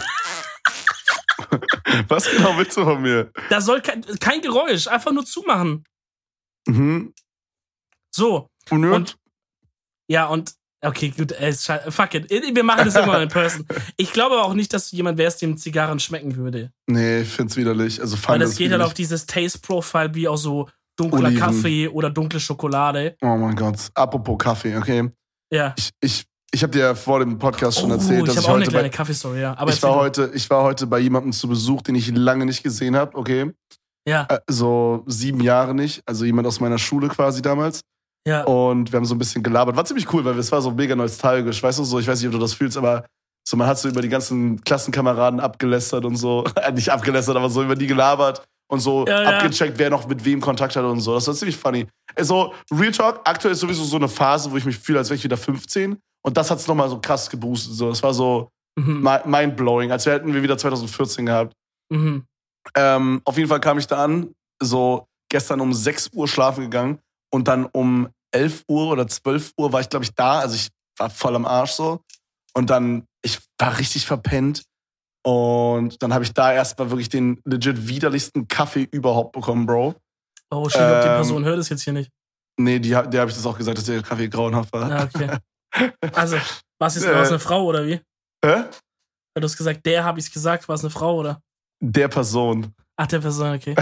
[SPEAKER 1] Was genau willst du von mir?
[SPEAKER 2] Da soll kein, kein Geräusch, einfach nur zumachen.
[SPEAKER 1] Mhm.
[SPEAKER 2] So.
[SPEAKER 1] Und,
[SPEAKER 2] Und. Ja, und. Okay, gut, ey, schei- fuck it. Wir machen das immer in person. Ich glaube aber auch nicht, dass du jemand wärst, dem Zigarren schmecken würde.
[SPEAKER 1] nee, ich find's widerlich. Also
[SPEAKER 2] Weil
[SPEAKER 1] fand
[SPEAKER 2] das
[SPEAKER 1] das
[SPEAKER 2] geht halt
[SPEAKER 1] widerlich.
[SPEAKER 2] auf dieses Taste-Profile wie auch so dunkler
[SPEAKER 1] Oliven.
[SPEAKER 2] Kaffee oder dunkle Schokolade.
[SPEAKER 1] Oh mein Gott. Apropos Kaffee, okay.
[SPEAKER 2] Ja.
[SPEAKER 1] Ich, ich, ich habe dir ja vor dem Podcast schon
[SPEAKER 2] Oh,
[SPEAKER 1] erzählt, dass
[SPEAKER 2] ich
[SPEAKER 1] ich,
[SPEAKER 2] habe auch eine
[SPEAKER 1] heute
[SPEAKER 2] kleine
[SPEAKER 1] bei,
[SPEAKER 2] Kaffeestory, ja. Aber
[SPEAKER 1] ich, war
[SPEAKER 2] erzähl
[SPEAKER 1] heute, ich war heute bei jemandem zu Besuch, den ich lange nicht gesehen habe, okay.
[SPEAKER 2] du. Ja,
[SPEAKER 1] Äh, so sieben Jahre nicht. Also jemand aus meiner Schule quasi damals.
[SPEAKER 2] ja.
[SPEAKER 1] Und wir haben so ein bisschen gelabert. War ziemlich cool, weil es war so mega nostalgisch. Weißt du, so, ich weiß nicht, ob du das fühlst, aber so, man hat so über die ganzen Klassenkameraden abgelästert und so. Nicht abgelästert, aber so über die gelabert und so
[SPEAKER 2] Ja, ja.
[SPEAKER 1] abgecheckt, wer noch mit wem Kontakt hatte und so. Das war ziemlich funny. Also, Real Talk, aktuell ist sowieso so eine Phase, wo ich mich fühle, als wäre ich wieder fünfzehn. Und das hat es nochmal so krass geboostet. So. Das war so
[SPEAKER 2] Mhm.
[SPEAKER 1] mi- mindblowing, als hätten wir wieder zwanzig vierzehn gehabt.
[SPEAKER 2] Mhm.
[SPEAKER 1] Ähm, auf jeden Fall kam ich da an, so gestern um sechs Uhr schlafen gegangen und dann um elf Uhr oder zwölf Uhr war ich, glaube ich, da. Also ich war voll am Arsch so. Und dann, ich war richtig verpennt. Und dann habe ich da erstmal wirklich den legit widerlichsten Kaffee überhaupt bekommen, Bro.
[SPEAKER 2] Oh, shit, ob die
[SPEAKER 1] Ähm,
[SPEAKER 2] Person hört es jetzt hier nicht.
[SPEAKER 1] Nee, die, der habe ich das auch gesagt, dass der Kaffee grauenhaft war.
[SPEAKER 2] Ja, okay. Also, was ist
[SPEAKER 1] Äh.
[SPEAKER 2] war es eine Frau oder wie?
[SPEAKER 1] Hä?
[SPEAKER 2] Du hast gesagt, der habe ich gesagt, war es eine Frau oder?
[SPEAKER 1] Der Person.
[SPEAKER 2] Ach, der Person, okay.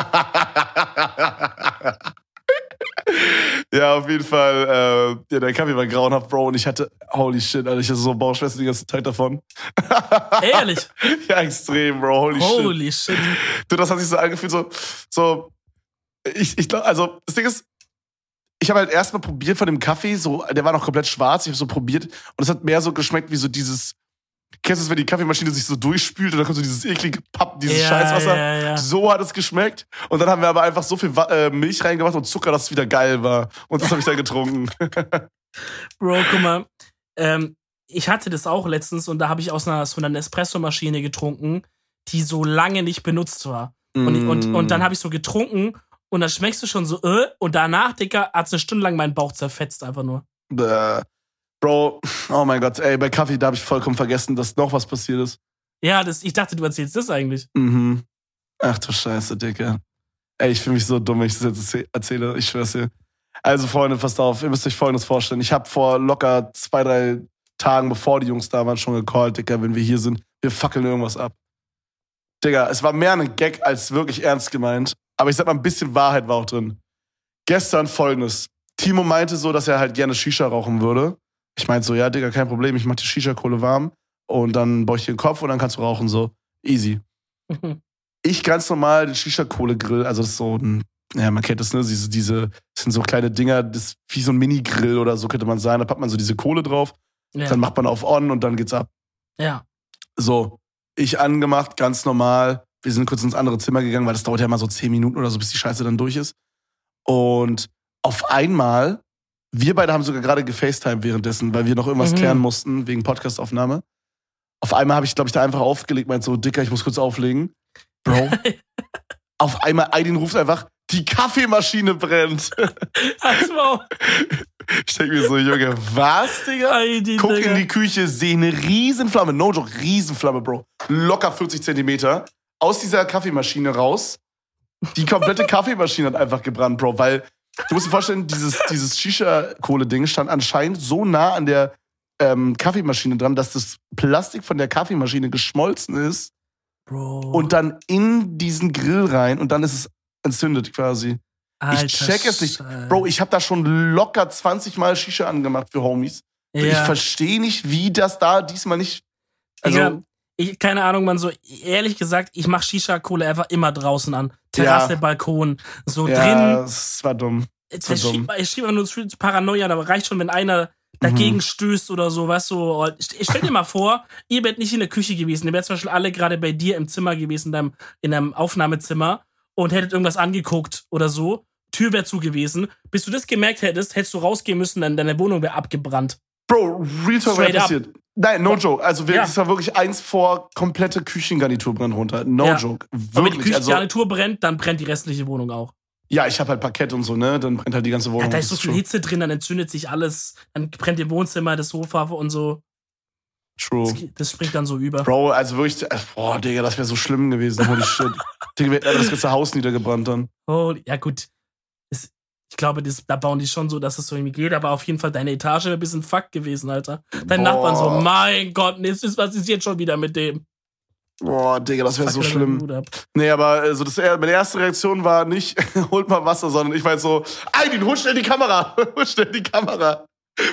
[SPEAKER 1] Ja, auf jeden Fall. Äh, ja, der Kaffee war grauenhaft, Bro. Und ich hatte, holy shit, Alter, ich hatte so Bauchschmerzen den ganzen Tag davon.
[SPEAKER 2] Ehrlich?
[SPEAKER 1] Ja, extrem, Bro. Holy, shit.
[SPEAKER 2] Holy shit.
[SPEAKER 1] Du, das hat sich so angefühlt, so, so, ich, ich glaube, also, das Ding ist, ich habe halt erstmal probiert von dem Kaffee, so, der war noch komplett schwarz, ich habe so probiert und es hat mehr so geschmeckt wie so dieses, kennst du das, wenn die Kaffeemaschine sich so durchspült und dann kommt so dieses eklige Papp, dieses
[SPEAKER 2] Ja,
[SPEAKER 1] Scheißwasser.
[SPEAKER 2] ja, ja.
[SPEAKER 1] So hat es geschmeckt und dann haben wir aber einfach so viel Wa- äh, Milch reingemacht und Zucker, dass es wieder geil war und das habe ich dann getrunken.
[SPEAKER 2] Bro, guck mal. Ähm, ich hatte das auch letztens und da habe ich aus einer, so einer Nespresso-Maschine getrunken, die so lange nicht benutzt war. Und,
[SPEAKER 1] Mm.
[SPEAKER 2] und, und dann habe ich so getrunken und dann schmeckst du schon so, äh, und danach, Dicker, hat es eine Stunde lang meinen Bauch zerfetzt, einfach nur.
[SPEAKER 1] Bäh. Bro, oh mein Gott, ey, bei Kaffee, da habe ich vollkommen vergessen, dass noch was passiert ist.
[SPEAKER 2] Ja, das, ich dachte, du erzählst das eigentlich.
[SPEAKER 1] Mhm. Ach du Scheiße, Digga. Ey, ich fühle mich so dumm, wenn ich das jetzt erzäh- erzähle, ich schwör's dir. Also, Freunde, passt auf, ihr müsst euch Folgendes vorstellen. Ich habe vor locker zwei, drei Tagen, bevor die Jungs da waren, schon gecallt, Digga, wenn wir hier sind, wir fackeln irgendwas ab. Digga, es war mehr ein Gag als wirklich ernst gemeint. Aber ich sag mal, ein bisschen Wahrheit war auch drin. Gestern Folgendes. Timo meinte so, dass er halt gerne Shisha rauchen würde. Ich meinte so, ja, Digga, kein Problem, ich mach die Shisha-Kohle warm und dann baue ich dir den Kopf und dann kannst du rauchen, so. Easy. Ich ganz normal den Shisha-Kohle-Grill, also das ist so ein, ja, man kennt das, ne, diese, diese, das sind so kleine Dinger, das ist wie so ein Mini-Grill oder so könnte man sagen, da packt man so diese Kohle drauf, ja. Dann macht man auf On und dann geht's ab.
[SPEAKER 2] Ja.
[SPEAKER 1] So, ich angemacht, ganz normal, wir sind kurz ins andere Zimmer gegangen, weil das dauert ja mal so zehn Minuten oder so, bis die Scheiße dann durch ist. Und auf einmal, wir beide haben sogar gerade gefacetimed währenddessen, weil wir noch irgendwas mhm. klären mussten, wegen Podcastaufnahme. Auf einmal habe ich, glaube ich, da einfach aufgelegt, meinte so, Dicker, ich muss kurz auflegen. Bro, auf einmal, Aydin ruft einfach, die Kaffeemaschine brennt.
[SPEAKER 2] Also.
[SPEAKER 1] Ich denke mir so, Junge, was, Digga?
[SPEAKER 2] Aydin,
[SPEAKER 1] Guck
[SPEAKER 2] Digga.
[SPEAKER 1] in die Küche, sehe eine Riesenflamme, no joke, Riesenflamme, Bro. Locker vierzig Zentimeter. Aus dieser Kaffeemaschine raus. Die komplette Kaffeemaschine hat einfach gebrannt, Bro, weil du musst dir vorstellen, dieses, dieses Shisha-Kohle-Ding stand anscheinend so nah an der ähm, Kaffeemaschine dran, dass das Plastik von der Kaffeemaschine geschmolzen ist.
[SPEAKER 2] Bro.
[SPEAKER 1] Und dann in diesen Grill rein und dann ist es entzündet quasi.
[SPEAKER 2] Alter,
[SPEAKER 1] ich check es nicht.
[SPEAKER 2] Scheiße.
[SPEAKER 1] Bro, ich habe da schon locker zwanzig Mal Shisha angemacht für Homies.
[SPEAKER 2] Ja.
[SPEAKER 1] Ich verstehe nicht, wie das da diesmal nicht... Also,
[SPEAKER 2] ja, ich, keine Ahnung, man, so ehrlich gesagt, ich mach Shisha-Kohle einfach immer draußen an. Terrasse,
[SPEAKER 1] ja.
[SPEAKER 2] Balkon, so
[SPEAKER 1] ja,
[SPEAKER 2] drin.
[SPEAKER 1] das war dumm.
[SPEAKER 2] Es
[SPEAKER 1] war dumm.
[SPEAKER 2] Ich schiebe nur Paranoia, aber reicht schon, wenn einer dagegen mhm. stößt oder so, weißt du. Ich stell dir mal vor, ihr wärt nicht in der Küche gewesen, ihr wärt zum Beispiel alle gerade bei dir im Zimmer gewesen, in deinem, in deinem Aufnahmezimmer und hättet irgendwas angeguckt oder so. Tür wäre zu gewesen. Bis du das gemerkt hättest, hättest du rausgehen müssen, dann deine Wohnung wäre abgebrannt.
[SPEAKER 1] Bro, real talk, was passiert? Nein, no joke. Also wir,
[SPEAKER 2] ja.
[SPEAKER 1] das war wirklich eins vor, komplette Küchengarnitur brennt runter. No ja. joke. Wirklich.
[SPEAKER 2] Und wenn die Küchengarnitur also, brennt, dann brennt die restliche Wohnung auch.
[SPEAKER 1] Ja, ich habe halt Parkett und so, ne? Dann brennt halt die ganze Wohnung.
[SPEAKER 2] Ja, da ist so viel Hitze drin, dann entzündet sich alles. Dann brennt ihr Wohnzimmer, das Sofa und so.
[SPEAKER 1] True.
[SPEAKER 2] Das, das springt dann so über.
[SPEAKER 1] Bro, also wirklich, boah, Digga, das wäre so schlimm gewesen. Holy shit. Digga, wäre das ganze Haus niedergebrannt dann.
[SPEAKER 2] Oh, ja gut. Das, ich glaube, das, da bauen die schon so, dass es so irgendwie geht, aber auf jeden Fall deine Etage wäre ein bisschen fuck gewesen, Alter. Dein Boah. Nachbarn so, mein Gott, jetzt ist, was ist jetzt schon wieder mit dem?
[SPEAKER 1] Boah, Digga, das wäre so schlimm. Nee, aber also das, meine erste Reaktion war nicht, holt mal Wasser, sondern ich war jetzt so, Aydin, hol schnell die Kamera, hol schnell die Kamera.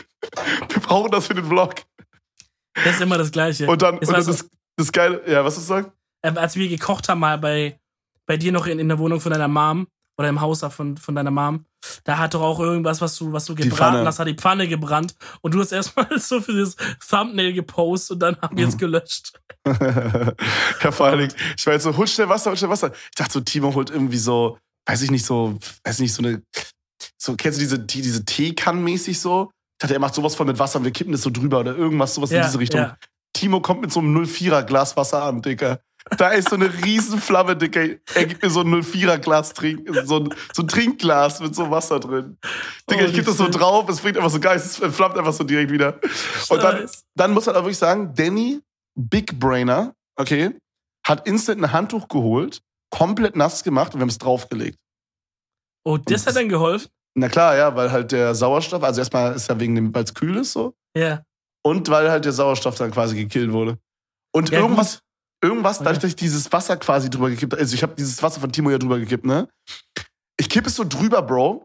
[SPEAKER 1] Wir brauchen das für den Vlog.
[SPEAKER 2] Das ist immer das Gleiche.
[SPEAKER 1] Und dann, und dann
[SPEAKER 2] so,
[SPEAKER 1] das, das Geile, ja, was ist das?
[SPEAKER 2] Äh, als wir gekocht haben mal bei, bei dir noch in, in der Wohnung von deiner Mom, oder im Haus von, von deiner Mom, da hat doch auch irgendwas, was du, was du gebraten hast, hat die Pfanne gebrannt und du hast erstmal so für das Thumbnail gepostet und dann haben wir es gelöscht.
[SPEAKER 1] Ja, vor allen Dingen, ich war jetzt so, hol schnell Wasser, hol schnell Wasser. Ich dachte so, Timo holt irgendwie so, weiß ich nicht, so, weiß nicht, so eine, so, kennst du diese, die, diese Teekannen mäßig so? Ich dachte, er macht sowas von mit Wasser und wir kippen das so drüber oder irgendwas, sowas ja, in diese Richtung. Ja. Timo kommt mit so einem null vierer Glas Wasser an, Digga. Da ist so eine Riesenflamme, Digga. Er gibt mir so ein null vierer Glas trinken, so ein, so ein Trinkglas mit so Wasser drin. Digga, oh, ich gebe das so drauf, es bringt einfach so geil, es flammt einfach so direkt wieder. Scheiß. Und dann, dann muss man aber wirklich sagen, Danny, Big Brainer, okay, hat instant ein Handtuch geholt, komplett nass gemacht und wir haben es draufgelegt.
[SPEAKER 2] Oh, das und hat dann geholfen?
[SPEAKER 1] Na klar, ja, weil halt der Sauerstoff, also erstmal ist ja wegen dem, weil es kühl ist so.
[SPEAKER 2] Ja.
[SPEAKER 1] Und weil halt der Sauerstoff dann quasi gekillt wurde. Und ja, irgendwas... Gut. Irgendwas, dadurch, dass ich dieses Wasser quasi drüber gekippt habe, also ich habe dieses Wasser von Timo ja drüber gekippt, ne? Ich kippe es so drüber, Bro.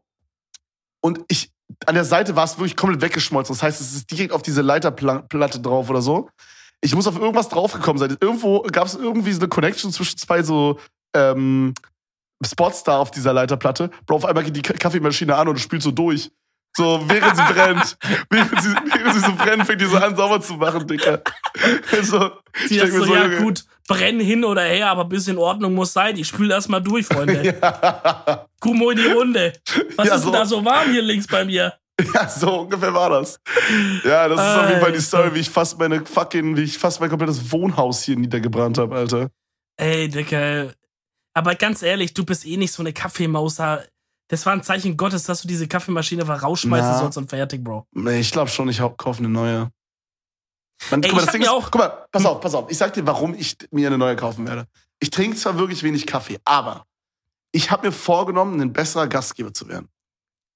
[SPEAKER 1] Und ich, an der Seite war es wirklich komplett weggeschmolzen. Das heißt, es ist direkt auf diese Leiterplatte drauf oder so. Ich muss auf irgendwas draufgekommen sein. Irgendwo gab es irgendwie so eine Connection zwischen zwei so ähm, Spots da auf dieser Leiterplatte. Bro, auf einmal geht die Kaffeemaschine an und spült so durch. So, während sie brennt. während, sie, während sie so brennt, fängt die so an, sauber zu machen, Digga. So,
[SPEAKER 2] sie sagt so, so, ja gut, brenn hin oder her, aber ein bisschen Ordnung muss sein. Ich spül erst mal durch, Freunde. Ja. Kumo in die Runde. Was ja, ist so. denn da so warm hier links bei mir?
[SPEAKER 1] Ja, so ungefähr war das. Ja, das ist Alter. Auf jeden Fall die Story, wie ich fast meine fucking, wie ich fast mein komplettes Wohnhaus hier niedergebrannt habe, Alter.
[SPEAKER 2] Ey, Digga. Aber ganz ehrlich, du bist eh nicht so eine Kaffeemaus. Das war ein Zeichen Gottes, dass du diese Kaffeemaschine einfach rausschmeißen Na, sollst und fertig, Bro.
[SPEAKER 1] Nee, ich glaube schon, ich kaufe eine neue. Man,
[SPEAKER 2] Ey,
[SPEAKER 1] guck mal, das Ding ist,
[SPEAKER 2] auch
[SPEAKER 1] guck mal, pass auf, pass auf. Ich sag dir, warum ich mir eine neue kaufen werde. Ich trinke zwar wirklich wenig Kaffee, aber ich habe mir vorgenommen, ein besserer Gastgeber zu werden.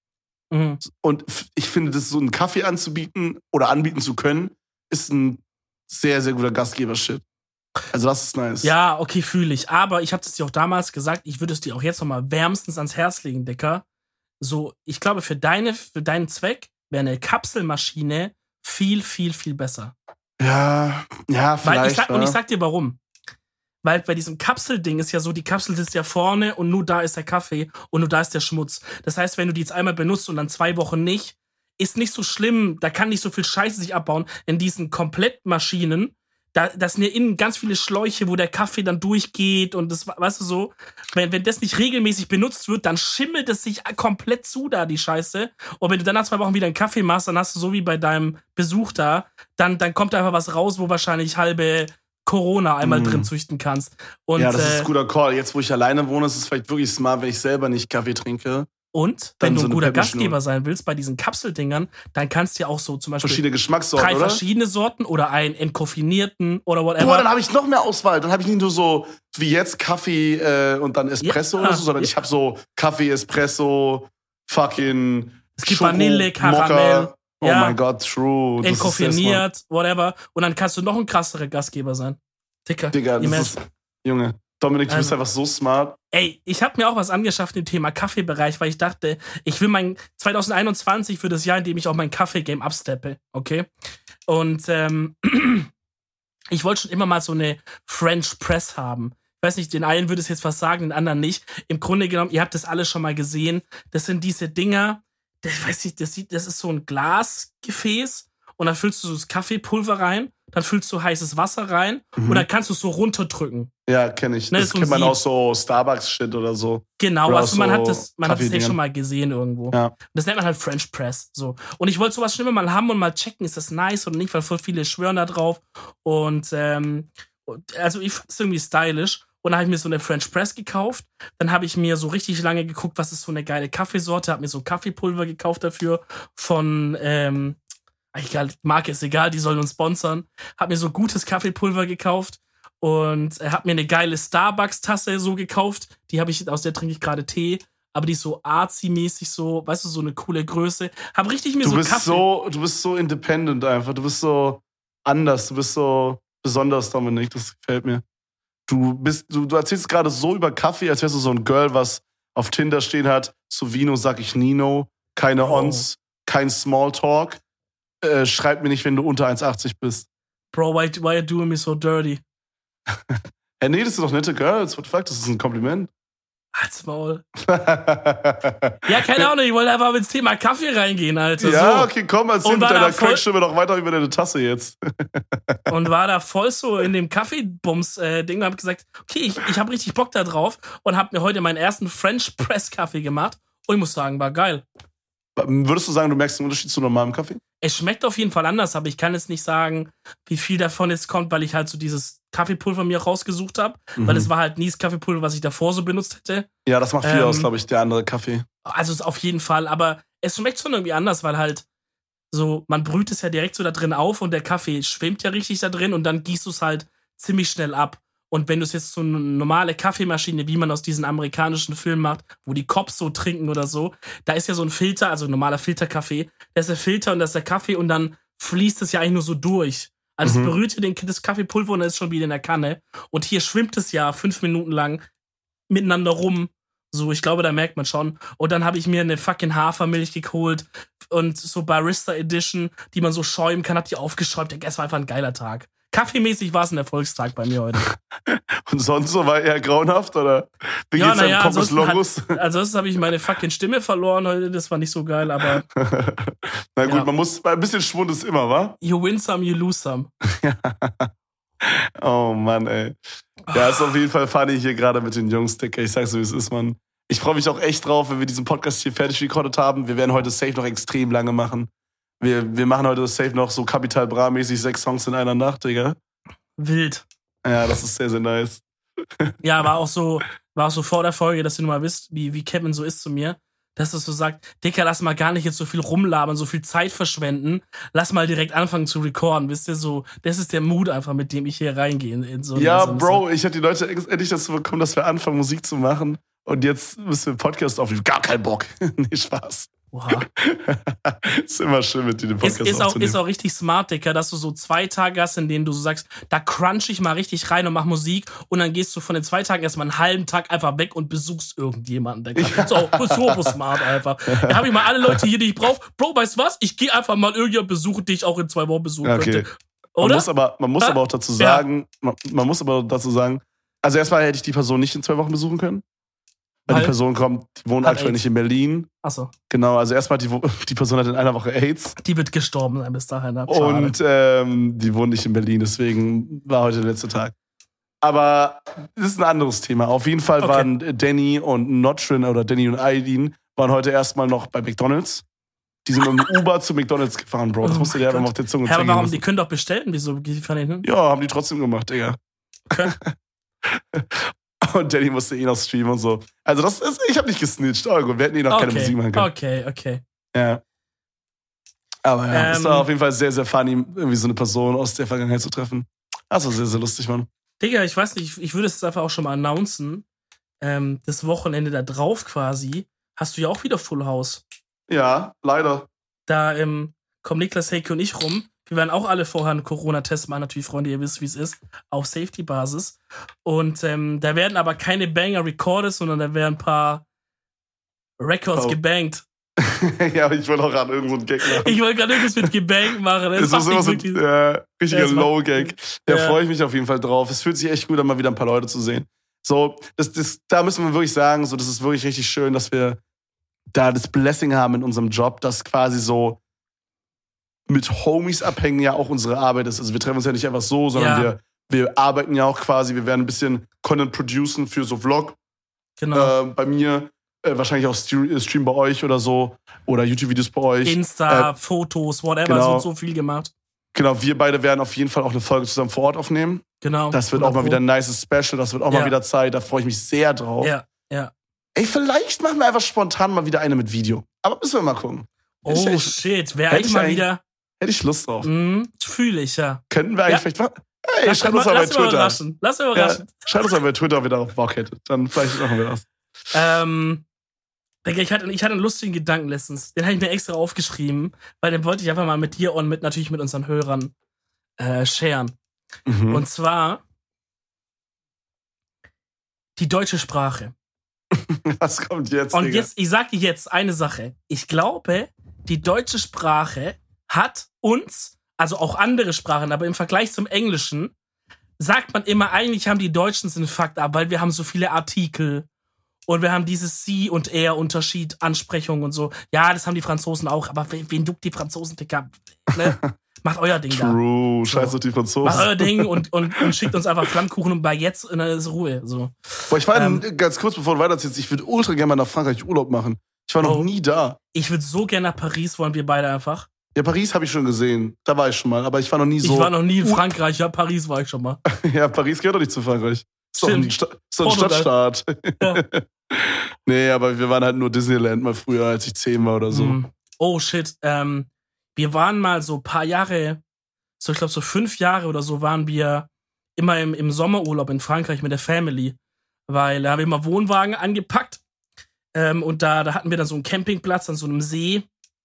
[SPEAKER 2] Mhm.
[SPEAKER 1] Und ich finde, das so einen Kaffee anzubieten oder anbieten zu können, ist ein sehr, sehr guter Gastgeber-Shit. Also das ist nice.
[SPEAKER 2] Ja, okay, fühle ich. Aber ich habe es dir auch damals gesagt, ich würde es dir auch jetzt nochmal wärmstens ans Herz legen, Dicker. So, ich glaube, für, deine, für deinen Zweck wäre eine Kapselmaschine viel, viel, viel besser.
[SPEAKER 1] Ja, ja, vielleicht.
[SPEAKER 2] Weil ich sag,
[SPEAKER 1] ja.
[SPEAKER 2] Und ich sag dir warum. Weil bei diesem Kapselding ist ja so, die Kapsel sitzt ja vorne und nur da ist der Kaffee und nur da ist der Schmutz. Das heißt, wenn du die jetzt einmal benutzt und dann zwei Wochen nicht, ist nicht so schlimm, da kann nicht so viel Scheiße sich abbauen. In diesen Komplettmaschinen, da, das sind ja innen ganz viele Schläuche, wo der Kaffee dann durchgeht und das, weißt du so, wenn, wenn das nicht regelmäßig benutzt wird, dann schimmelt es sich komplett zu da, die Scheiße. Und wenn du dann nach zwei Wochen wieder einen Kaffee machst, dann hast du so wie bei deinem Besuch da, dann, dann kommt da einfach was raus, wo wahrscheinlich halbe Corona einmal mm. drin züchten kannst. Und,
[SPEAKER 1] ja, das
[SPEAKER 2] äh,
[SPEAKER 1] ist ein guter Call. Jetzt, wo ich alleine wohne, ist es vielleicht wirklich smart, wenn ich selber nicht Kaffee trinke.
[SPEAKER 2] Und wenn du
[SPEAKER 1] so
[SPEAKER 2] ein guter
[SPEAKER 1] Pepperschnur.
[SPEAKER 2] Gastgeber sein willst bei diesen Kapseldingern, dann kannst du ja auch so zum Beispiel
[SPEAKER 1] verschiedene Geschmackssorten,
[SPEAKER 2] drei
[SPEAKER 1] oder?
[SPEAKER 2] verschiedene Sorten oder einen entkoffinierten oder whatever.
[SPEAKER 1] Boah, dann habe ich noch mehr Auswahl. Dann habe ich nicht nur so wie jetzt Kaffee äh, und dann Espresso
[SPEAKER 2] ja,
[SPEAKER 1] oder so, sondern
[SPEAKER 2] ja.
[SPEAKER 1] ich habe so Kaffee, Espresso, fucking
[SPEAKER 2] Es gibt
[SPEAKER 1] Schoko,
[SPEAKER 2] Vanille, Karamell.
[SPEAKER 1] Mokka. Oh
[SPEAKER 2] ja,
[SPEAKER 1] mein Gott, true. Das
[SPEAKER 2] entkoffiniert, whatever. Und dann kannst du noch ein krasserer Gastgeber sein. Dicker.
[SPEAKER 1] Digga, das ist, Junge, Dominik, du
[SPEAKER 2] also,
[SPEAKER 1] bist einfach so smart.
[SPEAKER 2] Ey, ich habe mir auch was angeschafft im Thema Kaffeebereich, weil ich dachte, ich will mein zwanzig einundzwanzig für das Jahr, in dem ich auch mein Kaffee-Game absteppe, okay? Und ähm, ich wollte schon immer mal so eine French Press haben. Ich weiß nicht, den einen würde es jetzt was sagen, den anderen nicht. Im Grunde genommen, ihr habt das alles schon mal gesehen. Das sind diese Dinger, das, ich weiß nicht, das, sieht, das ist so ein Glasgefäß und dann füllst du so das Kaffeepulver rein, dann füllst du heißes Wasser rein mhm. und dann kannst du es so runterdrücken.
[SPEAKER 1] Ja, kenne ich.
[SPEAKER 2] Ne,
[SPEAKER 1] das kennt man auch so Starbucks-Shit oder so.
[SPEAKER 2] Genau,
[SPEAKER 1] oder
[SPEAKER 2] also man
[SPEAKER 1] so
[SPEAKER 2] hat das, man hat das ja schon mal gesehen irgendwo.
[SPEAKER 1] Ja.
[SPEAKER 2] Das nennt man halt French Press. So. Und ich wollte sowas schon immer mal haben und mal checken, ist das nice oder nicht, weil voll viele schwören da drauf. Und ähm, also ich fand es irgendwie stylisch. Und dann habe ich mir so eine French Press gekauft. Dann habe ich mir so richtig lange geguckt, was ist so eine geile Kaffeesorte. Habe mir so Kaffeepulver gekauft dafür von, ähm, egal, Marke ist egal, die sollen uns sponsern. Habe mir so gutes Kaffeepulver gekauft und habe mir eine geile Starbucks-Tasse so gekauft. Die habe ich, aus der trinke ich gerade Tee. Aber die ist so artsy-mäßig, so, weißt du, so eine coole Größe. Hab richtig mir
[SPEAKER 1] du
[SPEAKER 2] so
[SPEAKER 1] bist
[SPEAKER 2] Kaffee.
[SPEAKER 1] So, du bist so independent einfach. Du bist so anders. Du bist so besonders, Dominik. Das gefällt mir. Du bist, du, du erzählst gerade so über Kaffee, als wärst du so ein Girl, was auf Tinder stehen hat. Zu Vino sag ich Nino. Keine
[SPEAKER 2] Oh.
[SPEAKER 1] Ons. Kein Smalltalk. Äh, schreib mir nicht, wenn du unter eins achtzig bist.
[SPEAKER 2] Bro, why, why are you doing me so dirty?
[SPEAKER 1] Hey, nee, das sind doch nette Girls. What the fuck? Das ist ein Kompliment.
[SPEAKER 2] Halt's Maul. Ja, keine Ahnung, ich wollte einfach ins Thema Kaffee reingehen, Alter.
[SPEAKER 1] Ja,
[SPEAKER 2] so.
[SPEAKER 1] okay, komm, erzähl
[SPEAKER 2] Und
[SPEAKER 1] mit
[SPEAKER 2] war
[SPEAKER 1] deiner
[SPEAKER 2] da voll-
[SPEAKER 1] Crackstimme doch weiter über deine Tasse jetzt.
[SPEAKER 2] Und war da voll so in dem Kaffeebums-Ding und hab gesagt, okay, ich, ich hab richtig Bock da drauf und hab mir heute meinen ersten French Press Kaffee gemacht. Und ich muss sagen, war geil.
[SPEAKER 1] Würdest du sagen, du merkst einen Unterschied zu normalem Kaffee?
[SPEAKER 2] Es schmeckt auf jeden Fall anders, aber ich kann jetzt nicht sagen, wie viel davon jetzt kommt, weil ich halt so dieses Kaffeepulver mir rausgesucht habe.
[SPEAKER 1] Mhm.
[SPEAKER 2] Weil es war halt nie das Kaffeepulver, was ich davor so benutzt hätte.
[SPEAKER 1] Ja, das macht viel
[SPEAKER 2] Ähm,
[SPEAKER 1] aus, glaube ich, der andere Kaffee.
[SPEAKER 2] Also ist auf jeden Fall, aber es schmeckt schon irgendwie anders, weil halt so, man brüht es ja direkt so da drin auf und der Kaffee schwimmt ja richtig da drin und dann gießt du es halt ziemlich schnell ab. Und wenn du es jetzt so eine normale Kaffeemaschine, wie man aus diesen amerikanischen Filmen macht, wo die Cops so trinken oder so, da ist ja so ein Filter, also ein normaler Filterkaffee, da ist der Filter und da ist der Kaffee und dann fließt es ja eigentlich nur so durch. Also
[SPEAKER 1] Mhm.
[SPEAKER 2] es berührt ja den, das Kaffeepulver und dann ist schon wieder in der Kanne. Und hier schwimmt es ja fünf Minuten lang miteinander rum. So, ich glaube, da merkt man schon. Und dann habe ich mir eine fucking Hafermilch geholt und so Barista Edition, die man so schäumen kann, hab die aufgeschäumt. Es war einfach ein geiler Tag. Kaffeemäßig war es ein Erfolgstag bei mir heute.
[SPEAKER 1] Und sonst so war eher grauenhaft, oder? Wie
[SPEAKER 2] Ja,
[SPEAKER 1] geht's
[SPEAKER 2] na
[SPEAKER 1] deinem
[SPEAKER 2] ja,
[SPEAKER 1] Kokos
[SPEAKER 2] ansonsten,
[SPEAKER 1] Longus?
[SPEAKER 2] hat, ansonsten habe ich meine fucking Stimme verloren heute. Das war nicht so geil, aber
[SPEAKER 1] Na gut,
[SPEAKER 2] Ja.
[SPEAKER 1] man muss, ein bisschen Schwund ist immer, wa?
[SPEAKER 2] you win some, you lose some.
[SPEAKER 1] Oh Mann, ey. Ja, ist auf jeden Fall funny hier gerade mit den Jungs, Dicker. Ich sag's so, wie es ist, Mann. Ich freue mich auch echt drauf, wenn wir diesen Podcast hier fertig recorded haben. Wir werden heute safe noch extrem lange machen. Wir, wir machen heute safe noch so Capital Bra-mäßig sechs Songs in einer Nacht, Digga.
[SPEAKER 2] Wild.
[SPEAKER 1] Ja, das ist sehr, sehr nice.
[SPEAKER 2] Ja, war auch so, war auch so vor der Folge, dass du nur mal wisst, wie, wie Kevin so ist zu mir. Dass er so sagt, Dicker, lass mal gar nicht jetzt so viel rumlabern, so viel Zeit verschwenden. Lass mal direkt anfangen zu recorden. Wisst ihr, so, das ist der Mood einfach, mit dem ich hier reingehe. In, in so
[SPEAKER 1] Ja,
[SPEAKER 2] so,
[SPEAKER 1] Bro, ich hätte die Leute endlich dazu bekommen, dass wir anfangen, Musik zu machen. Und jetzt müssen wir einen Podcast aufnehmen. Gar keinen Bock. Nee, Spaß.
[SPEAKER 2] Oha.
[SPEAKER 1] Ist immer schön, mit dir den Podcast
[SPEAKER 2] ist, ist, auch,
[SPEAKER 1] aufzunehmen.
[SPEAKER 2] ist auch richtig smart, Dicker, dass du so zwei Tage hast, in denen du so sagst, da crunch ich mal richtig rein und mach Musik und dann gehst du von den zwei Tagen erstmal einen halben Tag einfach weg und besuchst irgendjemanden, Dicker. Ja. So, so smart einfach. Da habe ich mal alle Leute hier, die ich brauche. Bro, weißt du was? Ich gehe einfach mal irgendjemanden besuchen, den ich auch in zwei Wochen besuchen
[SPEAKER 1] Okay.
[SPEAKER 2] könnte.
[SPEAKER 1] Man
[SPEAKER 2] Oder?
[SPEAKER 1] muss aber, man muss
[SPEAKER 2] Ha?
[SPEAKER 1] aber auch dazu sagen, ja. man, man muss aber dazu sagen, also erstmal hätte ich die Person nicht in zwei Wochen besuchen können. Weil, weil die Person kommt, die wohnt aktuell AIDS. Nicht in Berlin.
[SPEAKER 2] Achso.
[SPEAKER 1] Genau, also erstmal, die, die Person hat in einer Woche AIDS.
[SPEAKER 2] Die wird gestorben sein bis dahin. Schade.
[SPEAKER 1] Und ähm, die wohnt nicht in Berlin, deswegen war heute der letzte Tag. Aber das ist ein anderes Thema. Auf jeden Fall okay. waren Danny und Notrin oder Danny und Aydin waren heute erstmal noch bei McDonald's. Die sind mit dem Uber zu McDonald's gefahren, Bro. Das oh musst du dir einfach mal auf der Zunge
[SPEAKER 2] zeigen. Ja, aber warum?
[SPEAKER 1] Müssen.
[SPEAKER 2] Die können doch bestellen. Wieso die fahren hin?
[SPEAKER 1] Ja, haben die trotzdem gemacht, Digga. Okay. Und Danny musste eh noch streamen und so. Also das ist, ich hab nicht gesnitcht. Oh gut, wir hätten eh noch okay. keine Musik machen können.
[SPEAKER 2] Okay, okay.
[SPEAKER 1] Ja. Aber ja,
[SPEAKER 2] ähm,
[SPEAKER 1] es war auf jeden Fall sehr, sehr funny, irgendwie so eine Person aus der Vergangenheit zu treffen. Das war sehr, sehr lustig, Mann.
[SPEAKER 2] Digga, ich weiß nicht, ich würde es einfach auch schon mal announcen. Ähm, das Wochenende da drauf quasi hast du ja auch wieder Full House.
[SPEAKER 1] Ja, leider.
[SPEAKER 2] Da ähm, kommen Niklas, Heike und ich rum. Wir werden auch alle vorher einen Corona-Test machen, natürlich, Freunde, ihr wisst, wie es ist, auf Safety-Basis. Und ähm, da werden aber keine Banger recorded, sondern da werden ein paar Records oh. gebankt.
[SPEAKER 1] Ja, aber ich wollte auch gerade irgendeinen so Gag machen.
[SPEAKER 2] Ich wollte gerade irgendwas mit gebankt machen. Das,
[SPEAKER 1] das ist immer so ein äh, richtiger ja, Low-Gag. Da
[SPEAKER 2] ja.
[SPEAKER 1] freue ich mich auf jeden Fall drauf. Es fühlt sich echt gut an, mal wieder ein paar Leute zu sehen. So, das, das, da müssen wir wirklich sagen, so, das ist wirklich richtig schön, dass wir da das Blessing haben in unserem Job, dass quasi so mit Homies abhängen ja auch unsere Arbeit ist. Also wir treffen uns ja nicht einfach so, sondern ja. wir, wir arbeiten ja auch quasi, wir werden ein bisschen Content producen für so Vlog.
[SPEAKER 2] Genau.
[SPEAKER 1] Äh, bei mir, äh, wahrscheinlich auch Stream bei euch oder so. Oder YouTube-Videos bei euch.
[SPEAKER 2] Insta, äh, Fotos, whatever,
[SPEAKER 1] genau.
[SPEAKER 2] so, so viel gemacht.
[SPEAKER 1] Genau, wir beide werden auf jeden Fall auch eine Folge zusammen vor Ort aufnehmen.
[SPEAKER 2] Genau.
[SPEAKER 1] Das wird auch mal wieder ein nices Special, das wird auch
[SPEAKER 2] ja.
[SPEAKER 1] mal wieder Zeit, da freue ich mich sehr drauf.
[SPEAKER 2] Ja, ja.
[SPEAKER 1] Ey, vielleicht machen wir einfach spontan mal wieder eine mit Video. Aber müssen wir mal gucken.
[SPEAKER 2] Oh ich, ich, shit, wäre eigentlich mal wieder...
[SPEAKER 1] Hätte ich Lust drauf.
[SPEAKER 2] Mm, fühle ich, ja.
[SPEAKER 1] Könnten wir eigentlich
[SPEAKER 2] ja.
[SPEAKER 1] vielleicht machen? Hey,
[SPEAKER 2] lass
[SPEAKER 1] schreibt uns mal bei Twitter.
[SPEAKER 2] Überraschen. Lass überraschen.
[SPEAKER 1] Ja, schreibt uns mal bei Twitter, ob ihr darauf Bock hättet. Dann vielleicht machen wir das.
[SPEAKER 2] Ähm, ich hatte, ich hatte einen lustigen Gedanken letztens. Den habe ich mir extra aufgeschrieben, weil den wollte ich einfach mal mit dir und mit natürlich mit unseren Hörern äh, sharen. Mhm. Und zwar die deutsche Sprache.
[SPEAKER 1] Was kommt jetzt,
[SPEAKER 2] Und
[SPEAKER 1] Digga?
[SPEAKER 2] jetzt, ich sag dir jetzt eine Sache. Ich glaube, die deutsche Sprache hat uns, also auch andere Sprachen, aber im Vergleich zum Englischen, sagt man immer, eigentlich haben die Deutschen einen Fakt ab, weil wir haben so viele Artikel und wir haben dieses Sie- und Er-Unterschied, Ansprechung und so. Ja, das haben die Franzosen auch, aber wen, wen juckt die Franzosen, Digga? Ne? Macht euer Ding
[SPEAKER 1] True.
[SPEAKER 2] da.
[SPEAKER 1] True, scheiß auf die Franzosen.
[SPEAKER 2] Macht euer Ding und, und, und schickt uns einfach Flammkuchen und Baguettes und dann ist Ruhe. So.
[SPEAKER 1] Boah, ich war
[SPEAKER 2] ähm,
[SPEAKER 1] ganz kurz, bevor du weiterziehst, ich würde ultra gerne mal nach Frankreich Urlaub machen. Ich war noch
[SPEAKER 2] oh,
[SPEAKER 1] nie da.
[SPEAKER 2] Ich würde so gerne nach Paris, wollen wir beide einfach.
[SPEAKER 1] Ja, Paris habe ich schon gesehen. Da war ich schon mal, aber ich war noch nie so...
[SPEAKER 2] Ich war noch nie in Frankreich, ja, Paris war ich schon mal.
[SPEAKER 1] Ja, Paris gehört doch nicht zu Frankreich. Ist doch ein, Sta- ist doch ein Stadtstaat. Ja. Nee, aber wir waren halt nur Disneyland mal früher, als ich zehn war oder so.
[SPEAKER 2] Mm. Oh, shit. Ähm, wir waren mal so ein paar Jahre, so ich glaube so fünf Jahre oder so, waren wir immer im, im Sommerurlaub in Frankreich mit der Family. Weil da haben wir immer Wohnwagen angepackt. Ähm, und da, da hatten wir dann so einen Campingplatz an so einem See.